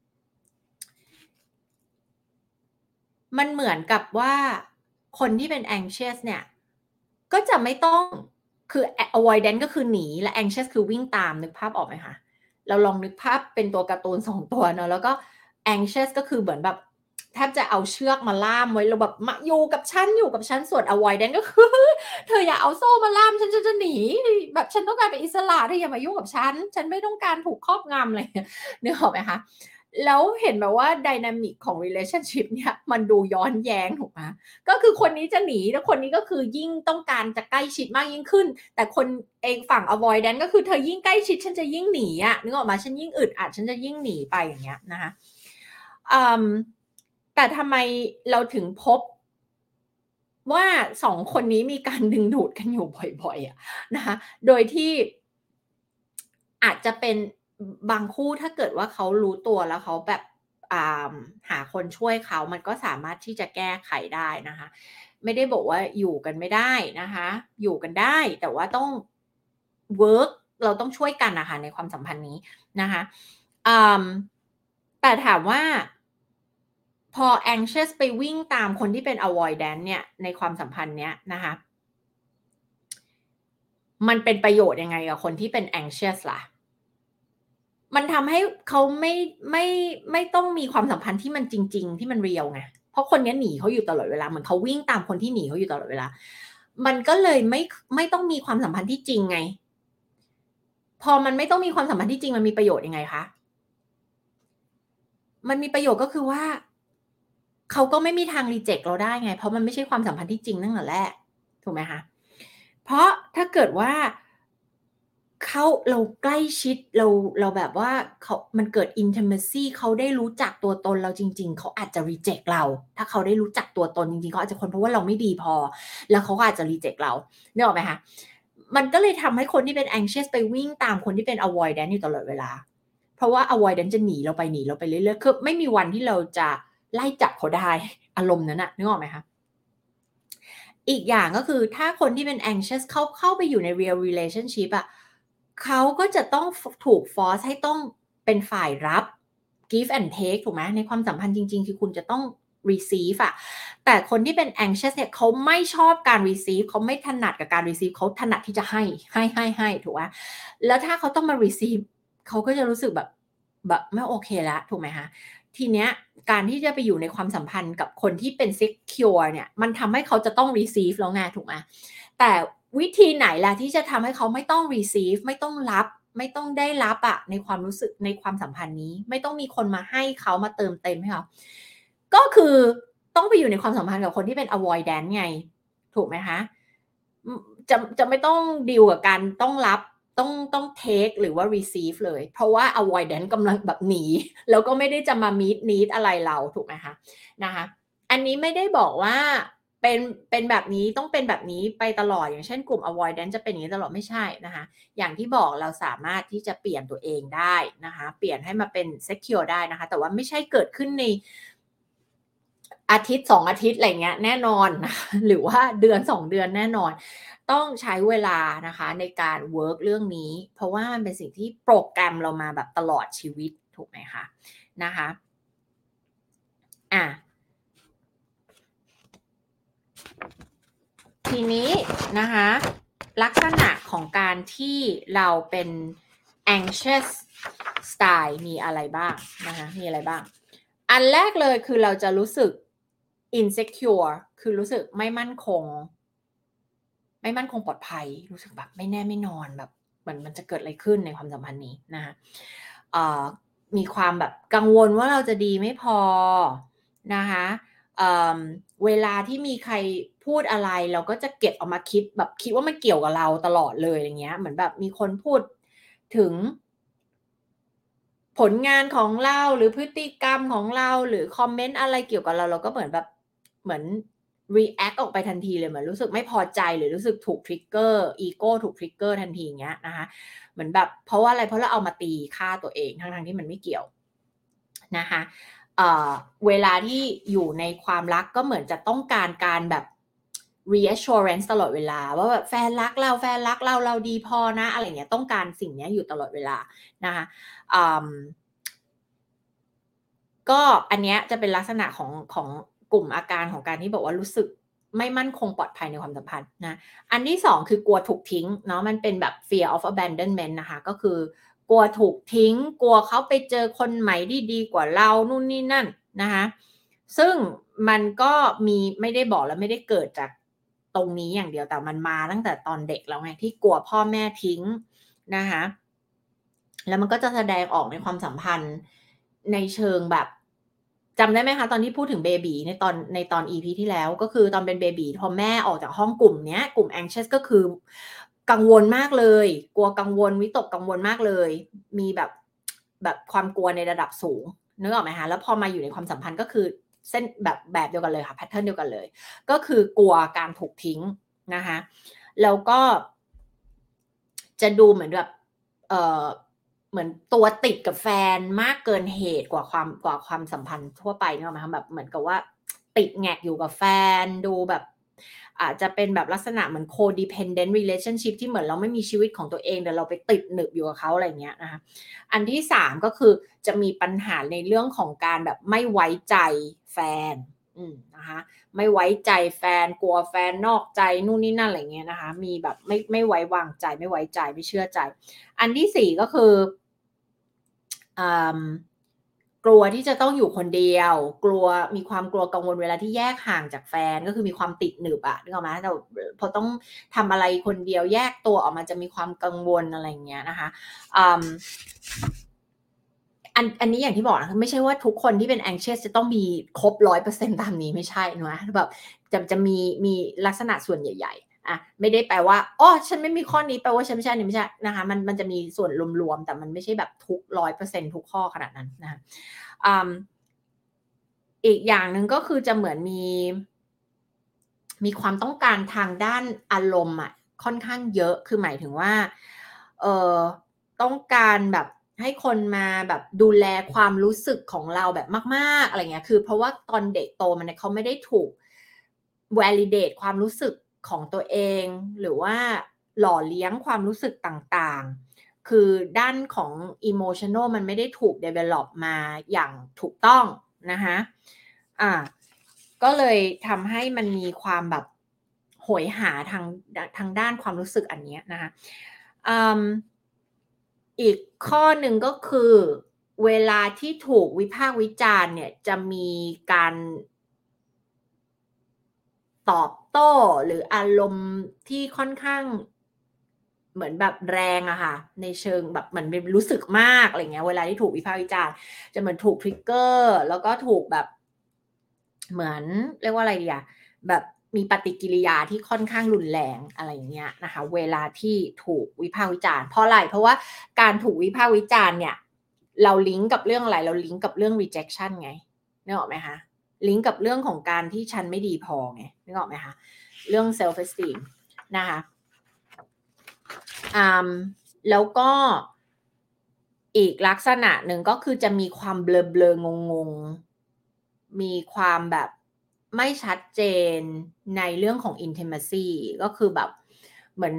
[SPEAKER 1] มันเหมือนกับว่าคนที่เป็น anxious เนี่ยก็จะไม่ต้องคือ avoidant ก็คือหนีและ anxious คือวิ่งตามนึกภาพออกไหมคะเราลองนึกภาพเป็นตัวการ์ตูน2ตัวเนาะแล้วก็ anxious ก็คือเหมือนแบบแทบจะเอาเชือกมาล่ามไว้เราแบบมาอยู่กับฉันส่วน avoidant ก็คือเธออย่าเอาโซ่มาล่ามฉันจะหนีแบบฉันต้องการเป็นอิสระเธออย่ามายุ่งกับฉันไม่ต้องการถูกครอบงำอะไรอย่างเงี้ยนึกออกไหมคะแล้วเห็นไหมว่า dynamic ของ relationship เนี่ยมันดูย้อนแย้งถูกไหมก็คือคนนี้จะหนีแล้วคนนี้ก็คือยิ่งต้องการจะใกล้ชิดมากยิ่งขึ้นแต่คนเองฝั่ง avoidant ก็คือเธอยิ่งใกล้ชิดฉันจะยิ่งหนีนึกออกไหมฉันยิ่งอึดอัดฉันจะยิ่งหนีไปอย่างเงี้ยนะคะอืมแต่ทำไมเราถึงพบว่า2คนนี้มีการดึงดูดกันอยู่บ่อยๆอะนะคะโดยที่อาจจะเป็นบางคู่ถ้าเกิดว่าเขารู้ตัวแล้วเขาแบบอ่าหาคนช่วยเขามันก็สามารถที่จะแก้ไขได้นะคะไม่ได้บอกว่าอยู่กันไม่ได้นะคะอยู่กันได้แต่ว่าต้องเวิร์กเราต้องช่วยกันน่ะค่ะในความสัมพันธ์นี้นะคะอ่าแต่ถามว่าพอ anxious ไปวิ่งตามคนที่เป็น avoidant เนี่ยในความสัมพันธ์เนี้ยนะคะ มันเป็นประโยชน์ยังไงกับคนที่เป็น anxious ล่ะ มันทำให้เขาไม่ไม่ต้องมีความสัมพันธ์ที่มันจริงๆที่มัน real ไง เพราะคนเนี้ยหนีเขาอยู่ตลอดเวลาเหมือนเขาวิ่งตามคนที่หนีเขาอยู่ตลอดเวลา มันก็เลยไม่ต้องมีความสัมพันธ์ที่จริงไง พอมันไม่ต้องมีความสัมพันธ์ที่จริงมันมีประโยชน์ยังไงคะ มันมีประโยชน์ก็คือว่าเขาก็ไม่มีทางรีเจกต์เราได้ไงเพราะมันไม่ใช่ความสัมพันธ์ที่จริงตั้งแต่แรกถูกไหมคะเพราะถ้าเกิดว่าเราใกล้ชิดเราแบบว่ามันเกิด intimacy เขาได้รู้จักตัวตนเราจริงๆเขาอาจจะรีเจกต์เราถ้าเขาได้รู้จักตัวตนจริงๆเขาอาจจะค้นพบว่าเราไม่ดีพอแล้วเขาก็อาจจะรีเจกต์เรานึกออกไหมคะมันก็เลยทำให้คนที่เป็น anxious ไปวิ่งตามคนที่เป็น avoidant อยู่ตลอดเวลา เพราะว่า avoidant จะหนีเราไปหนีเราไปเรื่อยๆคือไม่มีวันที่เราจะไล่จับเขาได้อารมณ์นั้นน่ะนึกออกไหมคะอีกอย่างก็คือถ้าคนที่เป็น anxious เข้าไปอยู่ใน real relationship อะเขาก็จะต้องถูก force ให้ต้องเป็นฝ่ายรับ give and take ถูกไหมในความสัมพันธ์จริงๆคือคุณจะต้อง receive อะแต่คนที่เป็น anxious เนี่ยเขาไม่ชอบการ receive เขาไม่ถนัดกับการ receive เขาถนัดที่จะให้ถูกไหมแล้วถ้าเขาต้องมา receive เขาก็จะรู้สึกแบบไม่โอเคแล้วถูกไหมคะทีเนี้ยการที่จะไปอยู่ในความสัมพันธ์กับคนที่เป็น secure เนี่ยมันทำให้เขาจะต้อง receive แล้วไงถูกไหมแต่วิธีไหนล่ะที่จะทำให้เขาไม่ต้อง receive ไม่ต้องรับไม่ต้องได้รับอะในความรู้สึกในความสัมพันธ์นี้ไม่ต้องมีคนมาให้เขามาเติมเต็มให้เขาก็คือต้องไปอยู่ในความสัมพันธ์กับคนที่เป็น avoidant ไงถูกไหมคะอืมจะไม่ต้องดีลกับการต้องรับต้อง take หรือว่า receive เลยเพราะว่า avoidant กำลังแบบหนีแล้วก็ไม่ได้จะมา meet need อะไรเราถูกไหมคะนะคะอันนี้ไม่ได้บอกว่าเป็นเป็นแบบนี้ต้องเป็นแบบนี้ไปตลอดอย่างเช่นกลุ่ม avoidant จะเป็นอย่างนี้ตลอดไม่ใช่นะคะอย่างที่บอกเราสามารถที่จะเปลี่ยนตัวเองได้นะคะเปลี่ยนให้มาเป็น secure ได้นะคะแต่ว่าไม่ใช่เกิดขึ้นในอาทิตย์2อาทิตย์อะไรเงี้ยแน่นอนนะคะหรือว่าเดือน2เดือนแน่นอนต้องใช้เวลานะคะในการเวิร์กเรื่องนี้เพราะว่ามันเป็นสิ่งที่โปรแกรมเรามาแบบตลอดชีวิตถูกไหมคะนะคะอ่ะทีนี้นะคะลักษณะของการที่เราเป็น anxious style มีอะไรบ้างนะคะมีอะไรบ้างอันแรกเลยคือเราจะรู้สึก insecure คือรู้สึกไม่มั่นคงปลอดภัยรู้สึกแบบไม่แน่ไม่นอนแบบเหมือนมันจะเกิดอะไรขึ้นในความสัมพันธ์นี้นะคะเอ่อมีความแบบกังวลว่าเราจะดีไม่พอนะคะเอ่อเวลาที่มีใครพูดอะไรเราก็จะเก็บเอามาคิดแบบคิดว่ามันเกี่ยวกับเราตลอดเลยอย่างเงี้ยเหมือนแบบมีคนพูดถึง ผลงานของเราหรือพฤติกรรมของเราหรือคอมเมนต์อะไรเกี่ยวกับเราเราก็เหมือนแบบเหมือน react ออกไปทันทีเลยเหมือนรู้สึกไม่พอใจหรือรู้สึกถูก trigger อีโกถูก trigger ทันทีอย่างเงี้ยนะคะเหมือนแบบเพราะว่าอะไรเพราะเราเอามาตีค่าตัวเองทั้งๆที่มันไม่เกี่ยวนะคะเอ่อเวลาที่อยู่ในความรักก็เหมือนจะต้องการแบบ reassurance ตลอดเวลาว่าแบบแฟนรักเราเราดีพอนะอะไรอย่างเงี้ยต้องการสิ่งเนี้ยอยู่ตลอดเวลานะคะก็อันเนี้ยจะเป็นลักษณะของกลุ่มอาการของการที่บอกว่ารู้สึกไม่มั่นคงปลอดภัยในความสัมพันธ์นะอันที่2คือกลัวถูกทิ้งเนาะมันเป็นแบบ fear of abandonment นะคะก็คือกลัวถูกทิ้งกลัวเขาไปเจอคนใหม่ที่ดีกว่าเรานู่นนี่นั่นนะคะซึ่งมันก็มีไม่ได้บอกและไม่ได้เกิดจากตรงนี้อย่างเดียวแต่มันมาตั้งแต่ตอนเด็กแล้วไงที่กลัวพ่อแม่ทิ้งนะคะแล้วมันก็จะแสดงออกในความสัมพันธ์ในเชิงแบบจำได้ไหมคะตอนที่พูดถึงเบบีในตอน EP ที่แล้วก็คือตอนเป็นเบบีพอแม่ออกจากห้องกลุ่มเนี้ยกลุ่ม anxious ก็คือกังวลมากเลยกลัวกังวลวิตกกังวลมากเลยมีแบบความกลัวในระดับสูงนึกออกไหมคะแล้วพอมาอยู่ในความสัมพันธ์ก็คือเส้นแบบเดียวกันเลยค่ะแพทเทิร์นเดียวกันเลยก็คือกลัวการถูกทิ้งนะคะแล้วก็จะดูเหมือนแบบเอ่อเหมือนตัวติดกับแฟนมากเกินเหตุกว่าความสัมพันธ์ทั่วไปนึกออกไหมคะแบบเหมือนกับว่าติดแงกอยู่กับแฟนดูแบบอาจจะเป็นแบบลักษณะเหมือน codependent relationship ที่เหมือนเราไม่มีชีวิตของตัวเองแต่เราไปติดหนึบอยู่กับเขาอะไรอย่างเงี้ยนะคะอันที่3ก็คือจะมีปัญหาในเรื่องของการแบบไม่ไว้ใจแฟนนะคะไม่ไว้ใจแฟนกลัวแฟนนอกใจนู่นนี่นั่นอะไรเงี้ยนะคะมีแบบไม่ไว้วางใจไม่ไว้ใจไม่เชื่อใจอันที่4ก็คือกลัวที่จะต้องอยู่คนเดียวกลัวมีความกลัวกังวลเวลาที่แยกห่างจากแฟนก็คือมีความติดหนึบอะนึกออกไหมแต่พอต้องทำอะไรคนเดียวแยกตัวออกมาจะมีความกังวลอะไรอย่างเงี้ยนะคะอันนี้อย่างที่บอกนะไม่ใช่ว่าทุกคนที่เป็น anxious จะต้องมีครบ 100% ตามนี้ไม่ใช่นะแบบจะมีลักษณะส่วนใหญ่ๆไม่ได้แปลว่าอ๋อฉันไม่มีข้อนี้แปลว่าฉันไม่ใช่อันนี้ไม่ใช่นะคะมันจะมีส่วนรวมๆแต่มันไม่ใช่แบบทุก 100% ทุกข้อขนาดนั้นนะคะอีกอย่างหนึ่งก็คือจะเหมือนมีความต้องการทางด้านอารมณ์อะค่อนข้างเยอะคือหมายถึงว่าเอ่อต้องการแบบให้คนมาแบบดูแลความรู้สึกของเราแบบมากๆอะไรเงี้ยคือเพราะว่าตอนเด็กโตมาเนี่ยเขาไม่ได้ถูก validate ความรู้สึกของตัวเองหรือว่าหล่อเลี้ยงความรู้สึกต่างๆคือด้านของ emotional มันไม่ได้ถูก develop มาอย่างถูกต้องนะคะก็เลยทำให้มันมีความแบบโหยหาทางด้านความรู้สึกอันเนี้ยนะคะอีกข้อหนึ่งก็คือเวลาที่ถูกวิพากษ์วิจารณ์เนี่ยจะมีการตอบโต้หรืออารมณ์ที่ค่อนข้างเหมือนแบบแรงอะค่ะในเชิงแบบเหมือนรู้สึกมากอะไรเงี้ยเวลาที่ถูกวิพากษ์วิจารณ์จะเหมือนถูก trigger แล้วก็ถูกแบบเหมือนเรียกว่าอะไรดีอะแบบมีปฏิกิริยาที่ค่อนข้างรุนแรงอะไรอย่างเงี้ยนะคะเวลาที่ถูกวิพากษ์วิจารณ์เพราะอะไรเพราะว่าการถูกวิพากษ์วิจารณ์เนี่ยเราลิงก์กับเรื่องอะไรเราลิงก์กับเรื่อง rejection ไงนึกออกไหมคะลิงก์กับเรื่องของการที่ฉันไม่ดีพอไงนึกออกไหมคะเรื่อง self esteem นะคะแล้วก็อีกลักษณะหนึ่งก็คือจะมีความเบลอๆงงๆมีความแบบไม่ชัดเจนในเรื่องของ intimacy ก็คือแบบเหมือน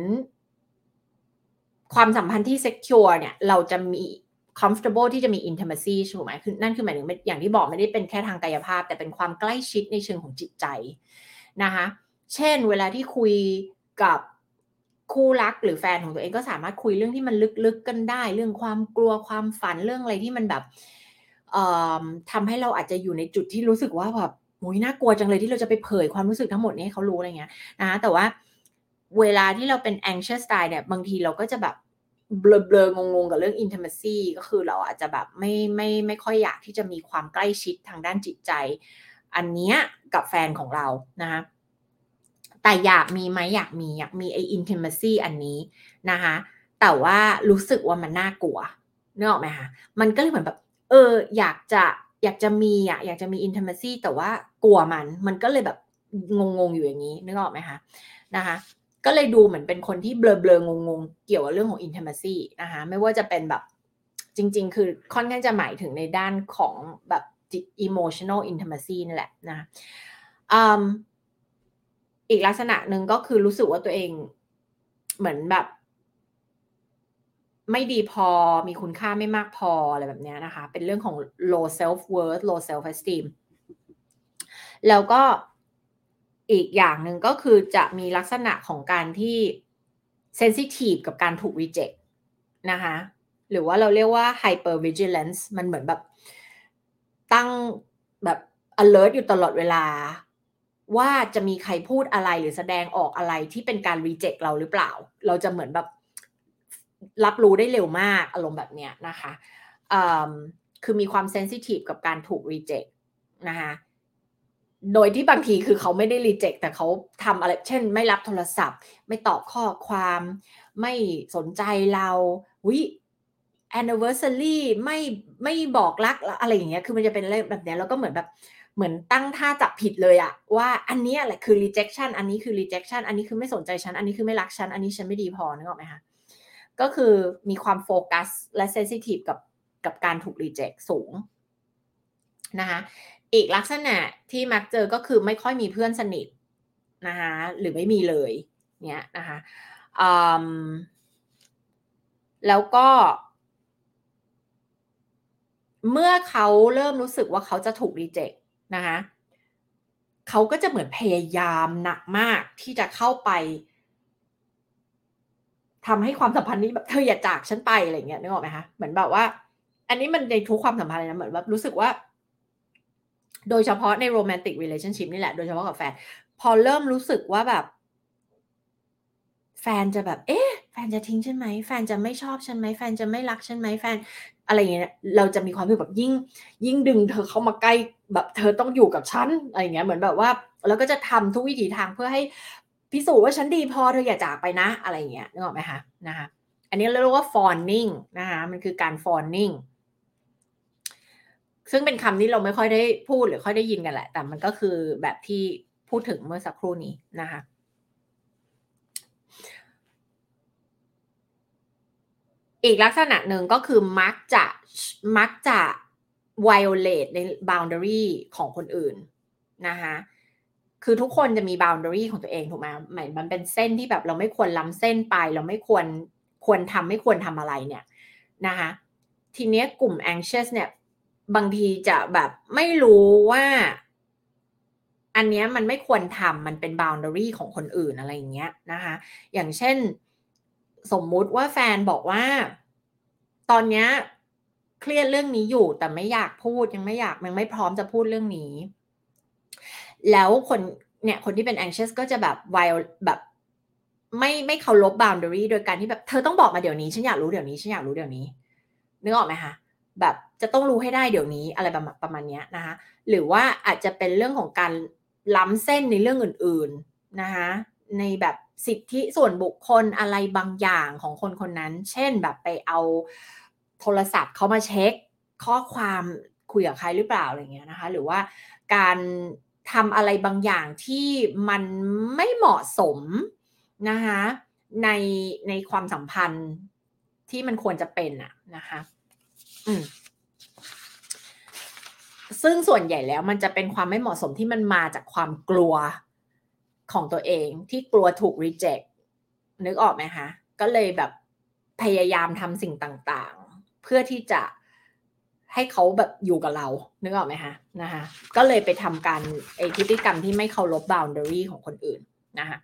[SPEAKER 1] ความสัมพันธ์ที่ secure เนี่ยเราจะมี comfortable ที่จะมี intimacy ถูกไหมคือนั่นคือหมายถึงอย่างที่บอกไม่ได้เป็นแค่ทางกายภาพแต่เป็นความใกล้ชิดในเชิงของจิตใจนะคะเช่นเวลาที่คุยกับคู่รักหรือแฟนของตัวเองก็สามารถคุยเรื่องที่มันลึกๆกันได้เรื่องความกลัวความฝันเรื่องอะไรที่มันแบบเอ่ทำให้เราอาจจะอยู่ในจุดที่รู้สึกว่าแบบโอ๊ยน่ากลัวจังเลยที่เราจะไปเผยความรู้สึกทั้งหมดนี้ให้เขารู้อะไรเงี้ยนะคะแต่ว่าเวลาที่เราเป็น anxious style เนี่ยบางทีเราก็จะแบบเบลอๆงงๆกับเรื่อง intimacy ก็คือเราอาจจะแบบไม่ค่อยอยากที่จะมีความใกล้ชิดทางด้านจิตใจอันเนี้ยกับแฟนของเรานะคะ แต่อยากมีไหมอยากมีไอ้ intimacy อันนี้นะคะแต่ว่ารู้สึกว่ามันน่ากลัวนึกออกไหมคะมันก็เลยเหมือนแบบอยากจะมีอยากจะมี intimacy แต่ว่ากลัวมันก็เลยแบบงงๆอยู่อย่างงี้นึกออกไหมคะนะคะก็เลยดูเหมือนเป็นคนที่เบลอๆงงๆเกี่ยวกับเรื่องของ intimacy นะคะไม่ว่าจะเป็นแบบจริงๆคือค่อนข้างจะหมายถึงในด้านของแบบemotional intimacy นี่แหละนะคะอืม อีกลักษณะหนึ่งก็คือรู้สึกว่าตัวเองเหมือนแบบไม่ดีพอมีคุณค่าไม่มากพออะไรแบบเนี้ยนะคะเป็นเรื่องของ low self worth low self esteem แล้วก็อีกอย่างหนึ่งก็คือจะมีลักษณะของการที่เซนซิทีฟกับการถูก reject นะคะหรือว่าเราเรียกว่า hyper vigilance มันเหมือนแบบตั้งแบบอะเลิร์ตอยู่ตลอดเวลาว่าจะมีใครพูดอะไรหรือแสดงออกอะไรที่เป็นการ reject เราหรือเปล่าเราจะเหมือนแบบรับรู้ได้เร็วมากอารมณ์แบบเนี้ยนะคะเอ่อคือมีความเซนซิทีฟกับการถูก reject นะคะโดยที่บางทีคือเขาไม่ได้ reject แต่เขาทำอะไรเช่นไม่รับโทรศัพท์ไม่ตอบข้อความไม่สนใจเราอุ๊ย anniversary ไม่บอกรักอะไรอย่างเงี้ยคือมันจะเป็นอะไรแบบเนี้ยแล้วก็เหมือนแบบเหมือนตั้งท่าจับผิดเลยอะว่าอันเนี้ยแหละคือ rejection อันนี้คือ rejection อันนี้คือไม่สนใจฉันอันนี้คือไม่รักฉันอันนี้ฉันไม่ดีพอนึกออกไหมคะก็คือมีความโฟกัสและเซนซิทีฟกับการถูก reject สูงนะคะอีกลักษณะที่มักเจอก็คือไม่ค่อยมีเพื่อนสนิทนะคะหรือไม่มีเลยเนี่ยนะคะแล้วก็เมื่อเขาเริ่มรู้สึกว่าเขาจะถูก reject นะคะเขาก็จะเหมือนพยายามหนักมากที่จะเข้าไปทำให้ความสัมพันธ์นี้แบบเธออย่าจากฉันไปอะไรอย่างเงี้ยนึกออกไหมคะเหมือนแบบว่าอันนี้มันในทุกความสัมพันธ์เลยนะเหมือนแบบรู้สึกว่าโดยเฉพาะใน romantic relationship นี่แหละโดยเฉพาะกับแฟนพอเริ่มรู้สึกว่าแบบแฟนจะแบบเอ๊ะแฟนจะทิ้งฉันไหมแฟนจะไม่ชอบฉันไหมแฟนจะไม่รักฉันไหมแฟนอะไรอย่างเงี้ยเราจะมีความรู้สึกแบบยิ่งดึงเธอเข้ามาใกล้แบบเธอต้องอยู่กับฉันอะไรอย่างเงี้ยเหมือนแบบว่าเราก็จะทำทุกวิถีทางเพื่อให้พิสูจน์ว่าฉันดีพอเธออย่าจากไปนะอะไรอย่างเงี้ยนึกออกไหมคะนะคะอันนี้เรียกว่า fawning นะคะมันคือการ fawning ซึ่งเป็นคำที่เราไม่ค่อยได้พูดหรือค่อยได้ยินกันแหละแต่มันก็คือแบบที่พูดถึงเมื่อสักครู่นี้นะคะ อีกลักษณะหนึ่งก็คือมักจะ violate ใน boundary ของคนอื่นนะคะคือทุกคนจะมี boundary ของตัวเองถูกไหมหมายมันเป็นเส้นที่แบบเราไม่ควรล้ำเส้นไปเราไม่ควรทำอะไรเนี่ยนะคะทีเนี้ยกลุ่ม anxious เนี่ยบางทีจะแบบไม่รู้ว่าอันเนี้ยมันไม่ควรทำมันเป็น boundary ของคนอื่นอะไรอย่างเงี้ยนะคะอย่างเช่นสมมุติว่าแฟนบอกว่าตอนเนี้ยเครียดเรื่องนี้อยู่แต่ไม่อยากพูดยังไม่พร้อมจะพูดเรื่องนี้แล้วคนที่เป็น anxious ก็จะแบบแบบไม่เคารพ boundary โดยการที่แบบเธอต้องบอกมาเดี๋ยวนี้ฉันอยากรู้เดี๋ยวนี้ฉันอยากรู้เดี๋ยวนี้นึกออกไหมคะแบบจะต้องรู้ให้ได้เดี๋ยวนี้อะไรประมาณเนี้ยนะคะหรือว่าอาจจะเป็นเรื่องของการล้ำเส้นในเรื่องอื่นๆนะคะในแบบสิทธิส่วนบุคคลอะไรบางอย่างของคนคนนั้นเช่นแบบไปเอาโทรศัพท์เขามาเช็คข้อความคุยกับใครหรือเปล่าอะไรเงี้ยนะคะหรือว่าการทำอะไรบางอย่างที่มันไม่เหมาะสมนะคะในในความสัมพันธ์ที่มันควรจะเป็นอะนะคะอืม ซึ่งส่วนใหญ่แล้วมันจะเป็นความไม่เหมาะสมที่มันมาจากความกลัวของตัวเองที่กลัวถูก reject นึกออกไหมคะก็เลยแบบพยายามทำสิ่งต่างๆเพื่อที่จะให้เขาแบบอยู่กับเรานึกออกไหมคะนะคะก็เลยไปทำการพฤติกรรมที่ไม่เคารพ boundary ของคนอื่นนะคะ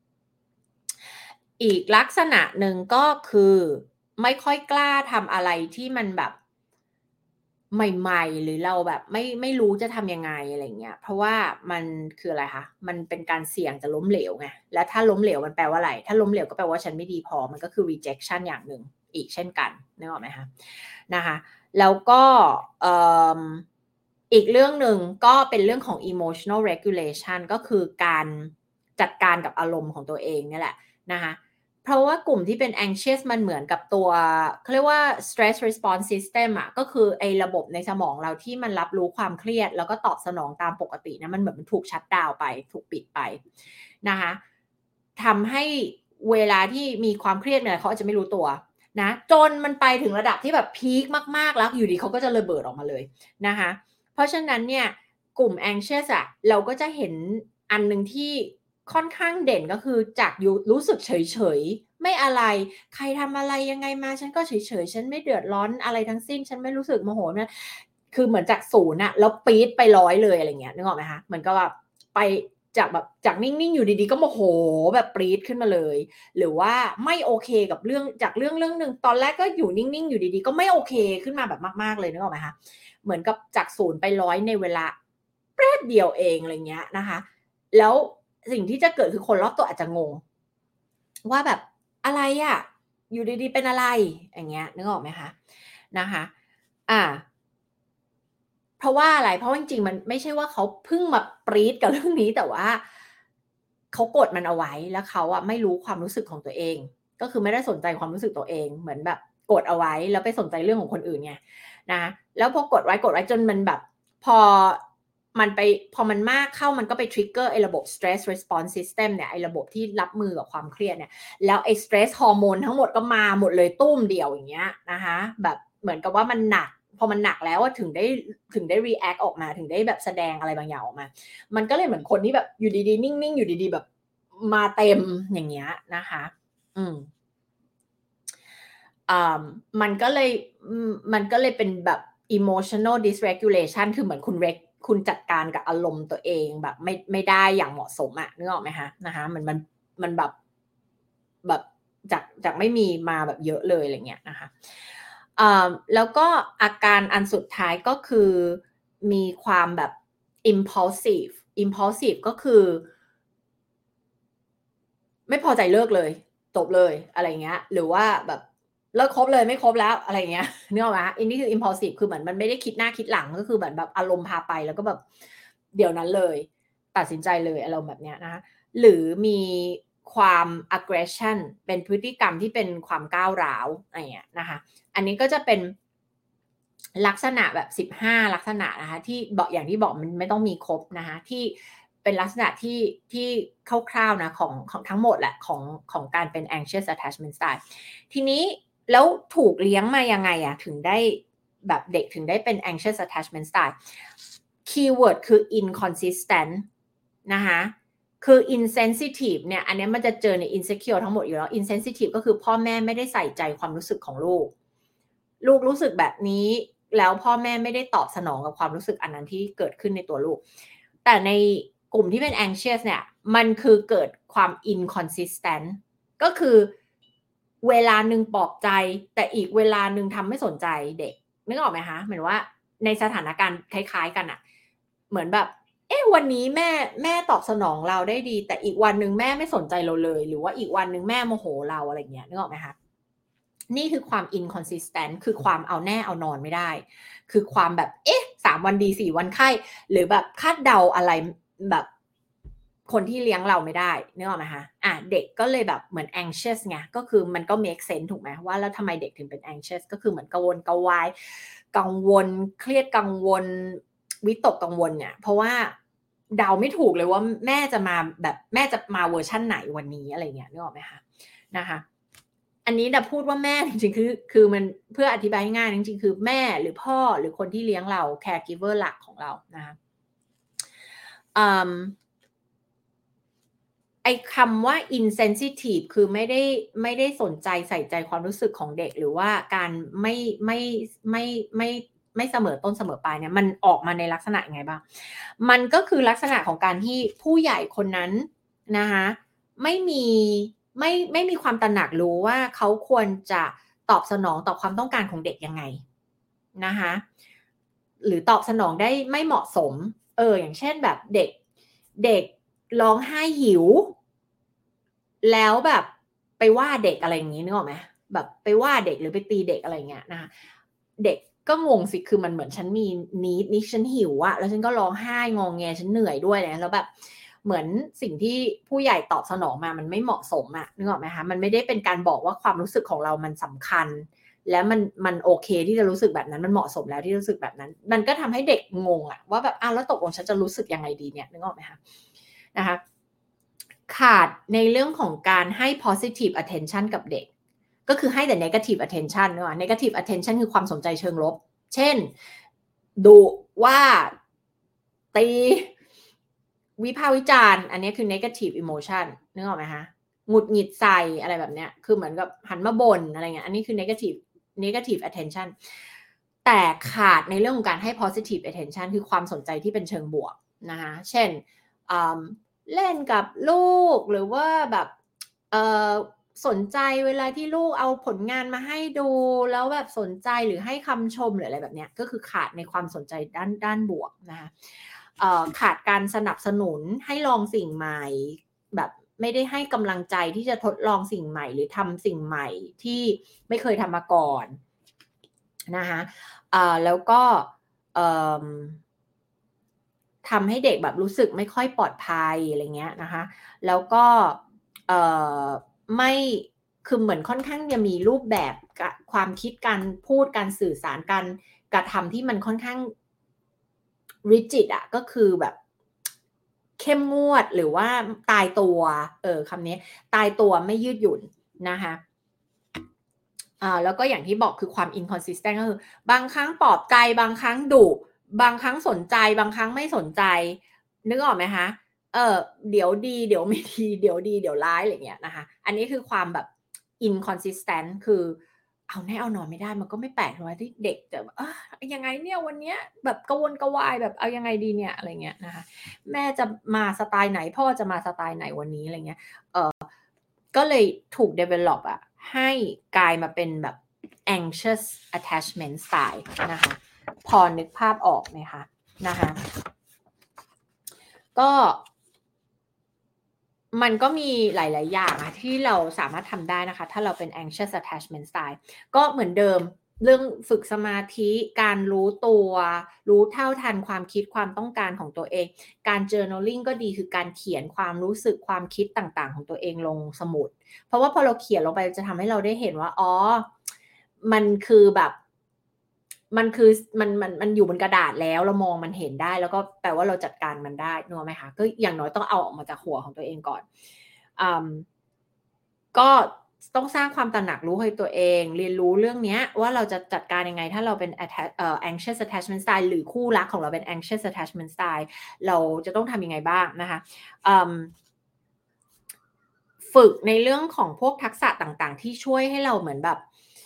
[SPEAKER 1] อีกลักษณะหนึ่งก็คือไม่ค่อยกล้าทำอะไรที่มันแบบ ใหม่ๆหรือเราแบบไม่รู้จะทำยังไงอะไรอย่างเงี้ยเพราะว่ามันคืออะไรคะมันเป็นการเสี่ยงจะล้มเหลวไงแล้วถ้าล้มเหลวมันแปลว่าอะไรถ้าล้มเหลวก็แปลว่าฉันไม่ดีพอมันก็คือ rejection อย่างหนึ่งอีกเช่นกันนึกออกไหมคะนะคะแล้วก็เอ่ออีกเรื่องหนึ่งก็เป็นเรื่องของ emotional regulation ก็คือการจัดการกับอารมณ์ของตัวเองเนี่ยแหละนะคะ เพราะว่ากลุ่มที่เป็น anxious มันเหมือนกับตัวเขาเรียกว่า stress response system อะก็คือไอ้ระบบในสมองเราที่มันรับรู้ความเครียดแล้วก็ตอบสนองตามปกตินะมันเหมือนมันถูกชัตดาวน์ไปถูกปิดไปนะคะทำให้เวลาที่มีความเครียดเนี่ยเขาอาจจะไม่รู้ตัวนะจนมันไปถึงระดับที่แบบพีคมากๆแล้วอยู่ดีเขาก็จะระเบิดออกมาเลยนะคะเพราะฉะนั้นเนี่ยกลุ่ม anxious อะเราก็จะเห็นอันหนึ่งที่ ค่อนข้างเด่นก็คือจากรู้สึกเฉยๆไม่อะไรใครทำอะไรยังไงมาฉันก็เฉยๆฉันไม่เดือดร้อนอะไรทั้งสิ้นฉันไม่รู้สึกโมโหนะคือเหมือนจาก0น่ะแล้วปี๊ดไป100เลยอะไรอย่างเงี้ยนึกออกไหมคะเหมือนกับแบบไปจากนิ่งๆอยู่ดีๆก็โมโหแบบปรี๊ดขึ้นมาเลยหรือว่าไม่โอเคกับเรื่องจากเรื่องหนึ่งตอนแรกก็อยู่นิ่งๆอยู่ดีๆก็ไม่โอเคขึ้นมาแบบมากๆเลยนึกออกไหมคะเหมือนกับจาก0ไป100ในเวลาแป๊บเดียวเองอะไรเงี้ยนะคะ แล้วสิ่งที่จะเกิดคือคนรอบตัวอาจจะงงว่าแบบอะไรอะอยู่ดีๆเป็นอะไรอย่างเงี้ยนึกออกไหมคะนะคะอาเพราะว่าอะไรเพราะจริงๆมันไม่ใช่ว่าเขาเพิ่งมาปรี๊ดกับเรื่องนี้แต่ว่าเขากดมันเอาไว้แล้วเขาอะไม่รู้ความรู้สึกของตัวเองก็คือไม่ได้สนใจความรู้สึกตัวเองเหมือนแบบกดเอาไว้แล้วไปสนใจเรื่องของคนอื่นไงนะแล้วพอกดไว้จนมันแบบพอมันมากเข้ามันก็ไปทริกเกอร์ไอ้ระบบ stress response system เนี่ยไอ้ระบบที่รับมือกับความเครียดเนี่ยแล้วไอ้ stress ฮอร์โมนทั้งหมดก็มาหมดเลยตุ้มเดียวอย่างเงี้ยนะคะแบบเหมือนกับว่ามันหนักพอมันหนักแล้วถึงได้ react ออกมาถึงได้แบบแสดงอะไรบางอย่างออกมามันก็เลยเหมือนคนที่แบบอยู่ดีๆนิ่งๆอยู่ดีๆแบบมาเต็มอย่างเงี้ยนะคะมันก็เลยเป็นแบบ emotional dysregulation คือเหมือนคุณจัดการกับอารมณ์ตัวเองแบบไม่ได้อย่างเหมาะสมอะนึกออกไหมคะนะคะมันแบบจากไม่มีมาแบบเยอะเลยอะไรเงี้ยนะคะแล้วก็อาการอันสุดท้ายก็คือมีความแบบ impulsive ก็คือไม่พอใจเลิกเลยจบเลยอะไรเงี้ยหรือว่าแบบเลิกคบเลยไม่คบแล้วอะไรเงี้ยนึกออกไหมอันนี้คือ impulsive คือเหมือนมันไม่ได้คิดหน้าคิดหลังก็คือเหมือนแบบอารมณ์พาไปแล้วก็แบบเดี๋ยวนั้นเลยตัดสินใจเลยอารมณ์แบบเนี้ยนะคะหรือมีความ aggression เป็นพฤติกรรมที่เป็นความก้าวร้าวอะไรเงี้ยนะคะอันนี้ก็จะเป็นลักษณะแบบ15ลักษณะนะคะที่บอกอย่างที่บอกมันไม่ต้องมีครบนะคะที่เป็นลักษณะที่คร่าวๆนะของทั้งหมดแหละของการเป็น anxious attachment style ทีนี้แล้วถูกเลี้ยงมายังไงอะถึงได้แบบเด็กถึงได้เป็น anxious attachment style คีย์เวิร์ดคือ inconsistent นะคะคือ insensitive เนี่ยอันนี้มันจะเจอใน insecure ทั้งหมดอยู่แล้ว insensitive ก็คือพ่อแม่ไม่ได้ใส่ใจความรู้สึกของลูกรู้สึกแบบนี้แล้วพ่อแม่ไม่ได้ตอบสนองกับความรู้สึกอันนั้นที่เกิดขึ้นในตัวลูกแต่ในกลุ่มที่เป็น anxious เนี่ยมันคือเกิดความ inconsistent ก็คือเวลาหนึ่งปลอบใจแต่อีกเวลาหนึ่งทำไม่สนใจเด็กนึกออกไหมคะเหมือนว่าในสถานการณ์คล้ายๆกันอะเหมือนแบบวันนี้แม่ตอบสนองเราได้ดีแต่อีกวันหนึ่งแม่ไม่สนใจเราเลยหรือว่าอีกวันหนึ่งแม่โมโหเราอะไรเงี้ยนึกออกไหมคะนี่คือความ inconsistent คือความเอาแน่เอานอนไม่ได้คือความแบบ3วันดี4วันไข้หรือแบบคาดเดาอะไรแบบคนที่เลี้ยงเราไม่ได้นึกออกไหมคะเด็กก็เลยแบบเหมือน anxious ไงก็คือมันก็ make sense ถูกไหมว่าแล้วทำไมเด็กถึงเป็น anxious ก็คือเหมือนกังวลกระวายกังวลเครียดกังวลวิตกกังวลเนี่ยเพราะว่าเดาไม่ถูกเลยว่าแม่จะมาเวอร์ชั่นไหนวันนี้อะไรเงี้ยนึกออกไหมคะนะคะอันนี้พูดว่าแม่จริงๆคือมันเพื่ออธิบายง่ายจริงๆคือแม่หรือพ่อหรือคนที่เลี้ยงเรา caregiver หลักของเรานะคะไอ้คำว่า insensitive คือไม่ได้สนใจใส่ใจความรู้สึกของเด็กหรือว่าการไม่เสมอต้นเสมอปลายเนี่ยมันออกมาในลักษณะยังไงบ้างมันก็คือลักษณะของการที่ผู้ใหญ่คนนั้นนะคะไม่มีความตระหนักรู้ว่าเขาควรจะตอบสนองต่อความต้องการของเด็กยังไงนะคะหรือตอบสนองได้ไม่เหมาะสมอย่างเช่นแบบเด็กร้องไห้หิวแล้วแบบไปว่าเด็กอะไรอย่างงี้นึกออกไหมแบบไปว่าเด็กหรือไปตีเด็กอะไรอย่างเงี้ยนะคะเด็กก็งงสิคือมันเหมือนฉันมี need นี่ฉันหิวอะแล้วฉันก็ร้องไห้งอแงฉันเหนื่อยด้วยนะแล้วแบบเหมือนสิ่งที่ผู้ใหญ่ตอบสนองมามันไม่เหมาะสมอะนึกออกไหมคะมันไม่ได้เป็นการบอกว่าความรู้สึกของเรามันสำคัญและมันโอเคที่จะรู้สึกแบบนั้นมันเหมาะสมแล้วที่รู้สึกแบบนั้นมันก็ทำให้เด็กงงอะว่าแบบแล้วตกลงฉันจะรู้สึกยังไงดีเนี่ยนึกออกไหมคะนะคะขาดในเรื่องของการให้ positive attention กับเด็กก็คือให้แต่ negative attention เนอะ negative attention คือความสนใจเชิงลบเช่นดุว่าตีวิพากษ์วิจารณ์อันนี้คือ negative emotion นึกออกไหมคะหงุดหงิดใส่อะไรแบบเนี้ยคือเหมือนกับหันมาบ่นอะไรเงี้ยอันนี้คือ negative attention แต่ขาดในเรื่องของการให้ positive attention คือความสนใจที่เป็นเชิงบวกนะคะเช่นเล่นกับลูกหรือว่าแบบสนใจเวลาที่ลูกเอาผลงานมาให้ดูแล้วแบบสนใจหรือให้คำชมหรืออะไรแบบเนี้ยก็คือขาดในความสนใจด้านบวกนะคะขาดการสนับสนุนให้ลองสิ่งใหม่แบบไม่ได้ให้กำลังใจที่จะทดลองสิ่งใหม่หรือทำสิ่งใหม่ที่ไม่เคยทำมาก่อนนะคะแล้วก็ทำให้เด็กแบบรู้สึกไม่ค่อยปลอดภัยอะไรเงี้ยนะคะแล้วก็ไม่คือเหมือนค่อนข้างจะมีรูปแบบความคิดการพูดการสื่อสารการกระทำที่มันค่อนข้าง rigid อะก็คือแบบเข้มงวดหรือว่าตายตัวคำนี้ตายตัวไม่ยืดหยุ่นนะคะแล้วก็อย่างที่บอกคือความ inconsistent ก็คือบางครั้งปลอบใจบางครั้งดุบางครั้งสนใจบางครั้งไม่สนใจนึกออกไหมคะเดี๋ยวดีเดี๋ยวไม่ดีเดี๋ยวดีเดี๋ยวร้ายอะไรอย่างเงี้ยนะคะอันนี้คือความแบบ inconsistent คือเอาแน่เอานอนไม่ได้มันก็ไม่แปลกเลยที่เด็กจะยังไงเนี่ยวันเนี้ยแบบกระวนกระวายแบบเอายังไงดีเนี่ยอะไรเงี้ยนะคะแม่จะมาสไตล์ไหนพ่อจะมาสไตล์ไหนวันนี้อะไรเงี้ยก็เลยถูก develop อะให้กลายมาเป็นแบบ anxious attachment style นะคะพอนึกภาพออกไหมคะนะคะก็มันก็มีหลายๆอย่างที่เราสามารถทำได้นะคะถ้าเราเป็น anxious attachment style ก็เหมือนเดิมเรื่องฝึกสมาธิการรู้ตัวรู้เท่าทันความคิดความต้องการของตัวเองการ journaling ก็ดีคือการเขียนความรู้สึกความคิดต่างๆของตัวเองลงสมุดเพราะว่าพอเราเขียนลงไปจะทำให้เราได้เห็นว่ามันคือแบบมันอยู่บนกระดาษแล้วเรามองมันเห็นได้แล้วก็แปลว่าเราจัดการมันได้นึกออกไหมคะก็อย่างน้อยต้องเอาออกมาจากหัวของตัวเองก่อนก็ต้องสร้างความตระหนักรู้ให้ตัวเองเรียนรู้เรื่องนี้ว่าเราจะจัดการยังไงถ้าเราเป็นanxious attachment style หรือคู่รักของเราเป็น anxious attachment style เราจะต้องทำยังไงบ้างนะคะฝึกในเรื่องของพวกทักษะต่างๆที่ช่วยให้เราเหมือนแบบ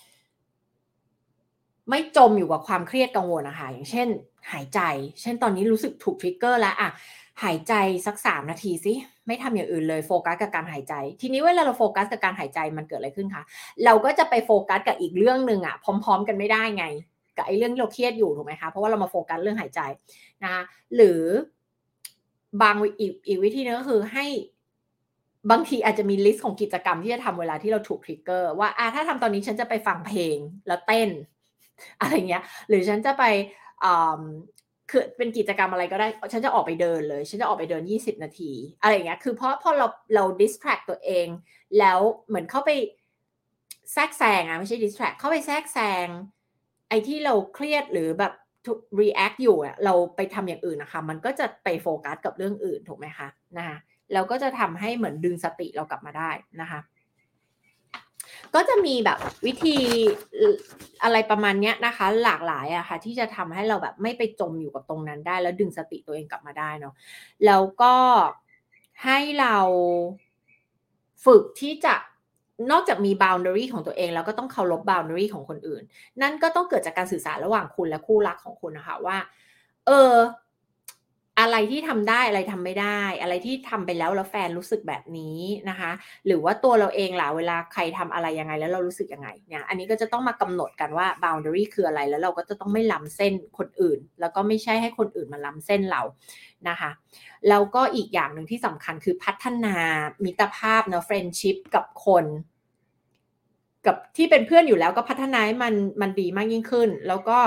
[SPEAKER 1] ไม่จมอยู่กับความเครียดกังวลอะค่ะอย่างเช่นหายใจเช่นตอนนี้รู้สึกถูกทริกเกอร์แล้วอะหายใจสัก3นาทีสิไม่ทำอย่างอื่นเลยโฟกัสกับการหายใจทีนี้เวลาเราโฟกัสกับการหายใจมันเกิดอะไรขึ้นคะเราก็จะไปโฟกัสกับอีกเรื่องหนึ่งอะพร้อมๆกันไม่ได้ไงกับไอ้เรื่องที่เราเครียดอยู่ถูกไหมคะเพราะว่าเรามาโฟกัสเรื่องหายใจนะคะหรือบางอีกวิธีนึงก็คือให้บางทีอาจจะมีลิสต์ของกิจกรรมที่จะทำเวลาที่เราถูกทริกเกอร์ว่าถ้าทำตอนนี้ฉันจะไปฟังเพลงแล้วเต้น อะไรเงี้ยหรือฉันจะไปคือเป็นกิจกรรมอะไรก็ได้ฉันจะออกไปเดินเลยฉันจะออกไปเดิน20นาทีอะไรอย่างเงี้ยคือเพราะพอเรา distract ตัวเองแล้วเหมือนเข้าไปแทรกแซงไม่ใช่ distract เข้าไปแทรกแซงไอ้ที่เราเครียดหรือแบบreact อยู่เราไปทำอย่างอื่นนะคะมันก็จะไปโฟกัสกับเรื่องอื่นถูกไหมคะนะคะแล้วก็จะทำให้เหมือนดึงสติเรากลับมาได้นะคะก็จะมีแบบวิธีอะไรประมาณนี้นะคะหลากหลายอะค่ะที่จะทำให้เราแบบไม่ไปจมอยู่กับตรงนั้นได้แล้วดึงสติตัวเองกลับมาได้เนาะแล้วก็ให้เราฝึกที่จะนอกจากมี boundary ของตัวเองแล้วก็ต้องเคารพ boundary ของคนอื่นนั่นก็ต้องเกิดจากการสื่อสารระหว่างคุณและคู่รักของคุณนะคะว่าอะไรที่ทำได้อะไรทำไม่ได้อะไรที่ทำไปแล้วแฟนรู้สึกแบบนี้นะคะหรือว่าตัวเราเองล่ะเวลาใครทำอะไรยังไงแล้วเรารู้สึกยังไงเนี่ยอันนี้ก็จะต้องมากำหนดกันว่า boundary คืออะไรแล้วเราก็จะต้องไม่ล้ำเส้นคนอื่นแล้วก็ไม่ใช่ให้คนอื่นมาล้ำเส้นเรานะคะแล้วก็อีกอย่างหนึ่งที่สำคัญคือพัฒนามิตรภาพเนาะ friendship กับคนกับที่เป็นเพื่อนอยู่แล้วก็พัฒนาให้มันดีมากยิ่งขึ้นแล้วก็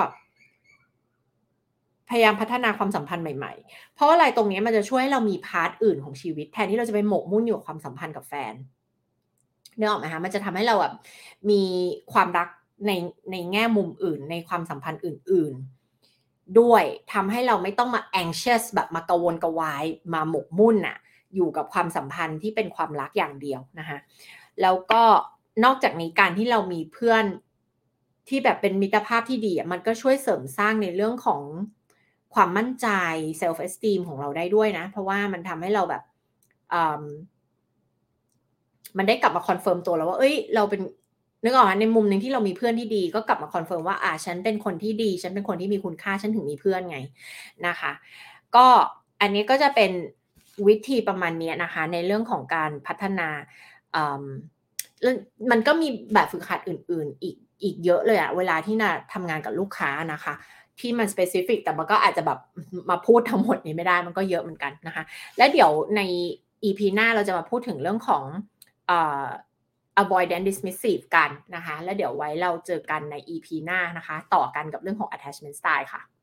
[SPEAKER 1] พยายามพัฒนาความสัมพันธ์ใหม่ๆ เพราะอะไรตรงนี้มันจะช่วยให้เรามีพาร์ตอื่นของชีวิตแทนที่เราจะไปหมกมุ่นอยู่กับความสัมพันธ์กับแฟนนึกออกไหมคะมันจะทำให้เราแบบมีความรักในแง่มุมอื่นในความสัมพันธ์อื่นๆด้วยทำให้เราไม่ต้องมา anxious แบบมากระวนกระวายมาหมกมุ่นน่ะอยู่กับความสัมพันธ์ที่เป็นความรักอย่างเดียวนะคะแล้วก็นอกจากนี้การที่เรามีเพื่อนที่แบบเป็นมิตรภาพที่ดีมันก็ช่วยเสริมสร้างในเรื่องของความมั่นใจ self esteem ของเราได้ด้วยนะเพราะว่ามันทำให้เราแบบมันได้กลับมาคอนเฟิร์มตัวเราว่าเราเป็นนึกออกไหมในมุมหนึ่งที่เรามีเพื่อนที่ดีก็กลับมาคอนเฟิร์มว่าฉันเป็นคนที่ดีฉันเป็นคนที่มีคุณค่าฉันถึงมีเพื่อนไงนะคะก็อันนี้ก็จะเป็นวิธีประมาณนี้นะคะในเรื่องของการพัฒนามันก็มีแบบฝึกหัดอื่นๆอีกเยอะเลยเวลาที่ทำงานกับลูกค้านะคะที่มัน specific แต่มันก็อาจจะแบบมาพูดทั้งหมดนี้ไม่ได้มันก็เยอะเหมือนกันนะคะและเดี๋ยวใน EP หน้าเราจะมาพูดถึงเรื่องของavoidant dismissive กันนะคะแล้วเดี๋ยวไว้เราเจอกันใน EP หน้านะคะต่อกันกับเรื่องของ attachment style ค่ะ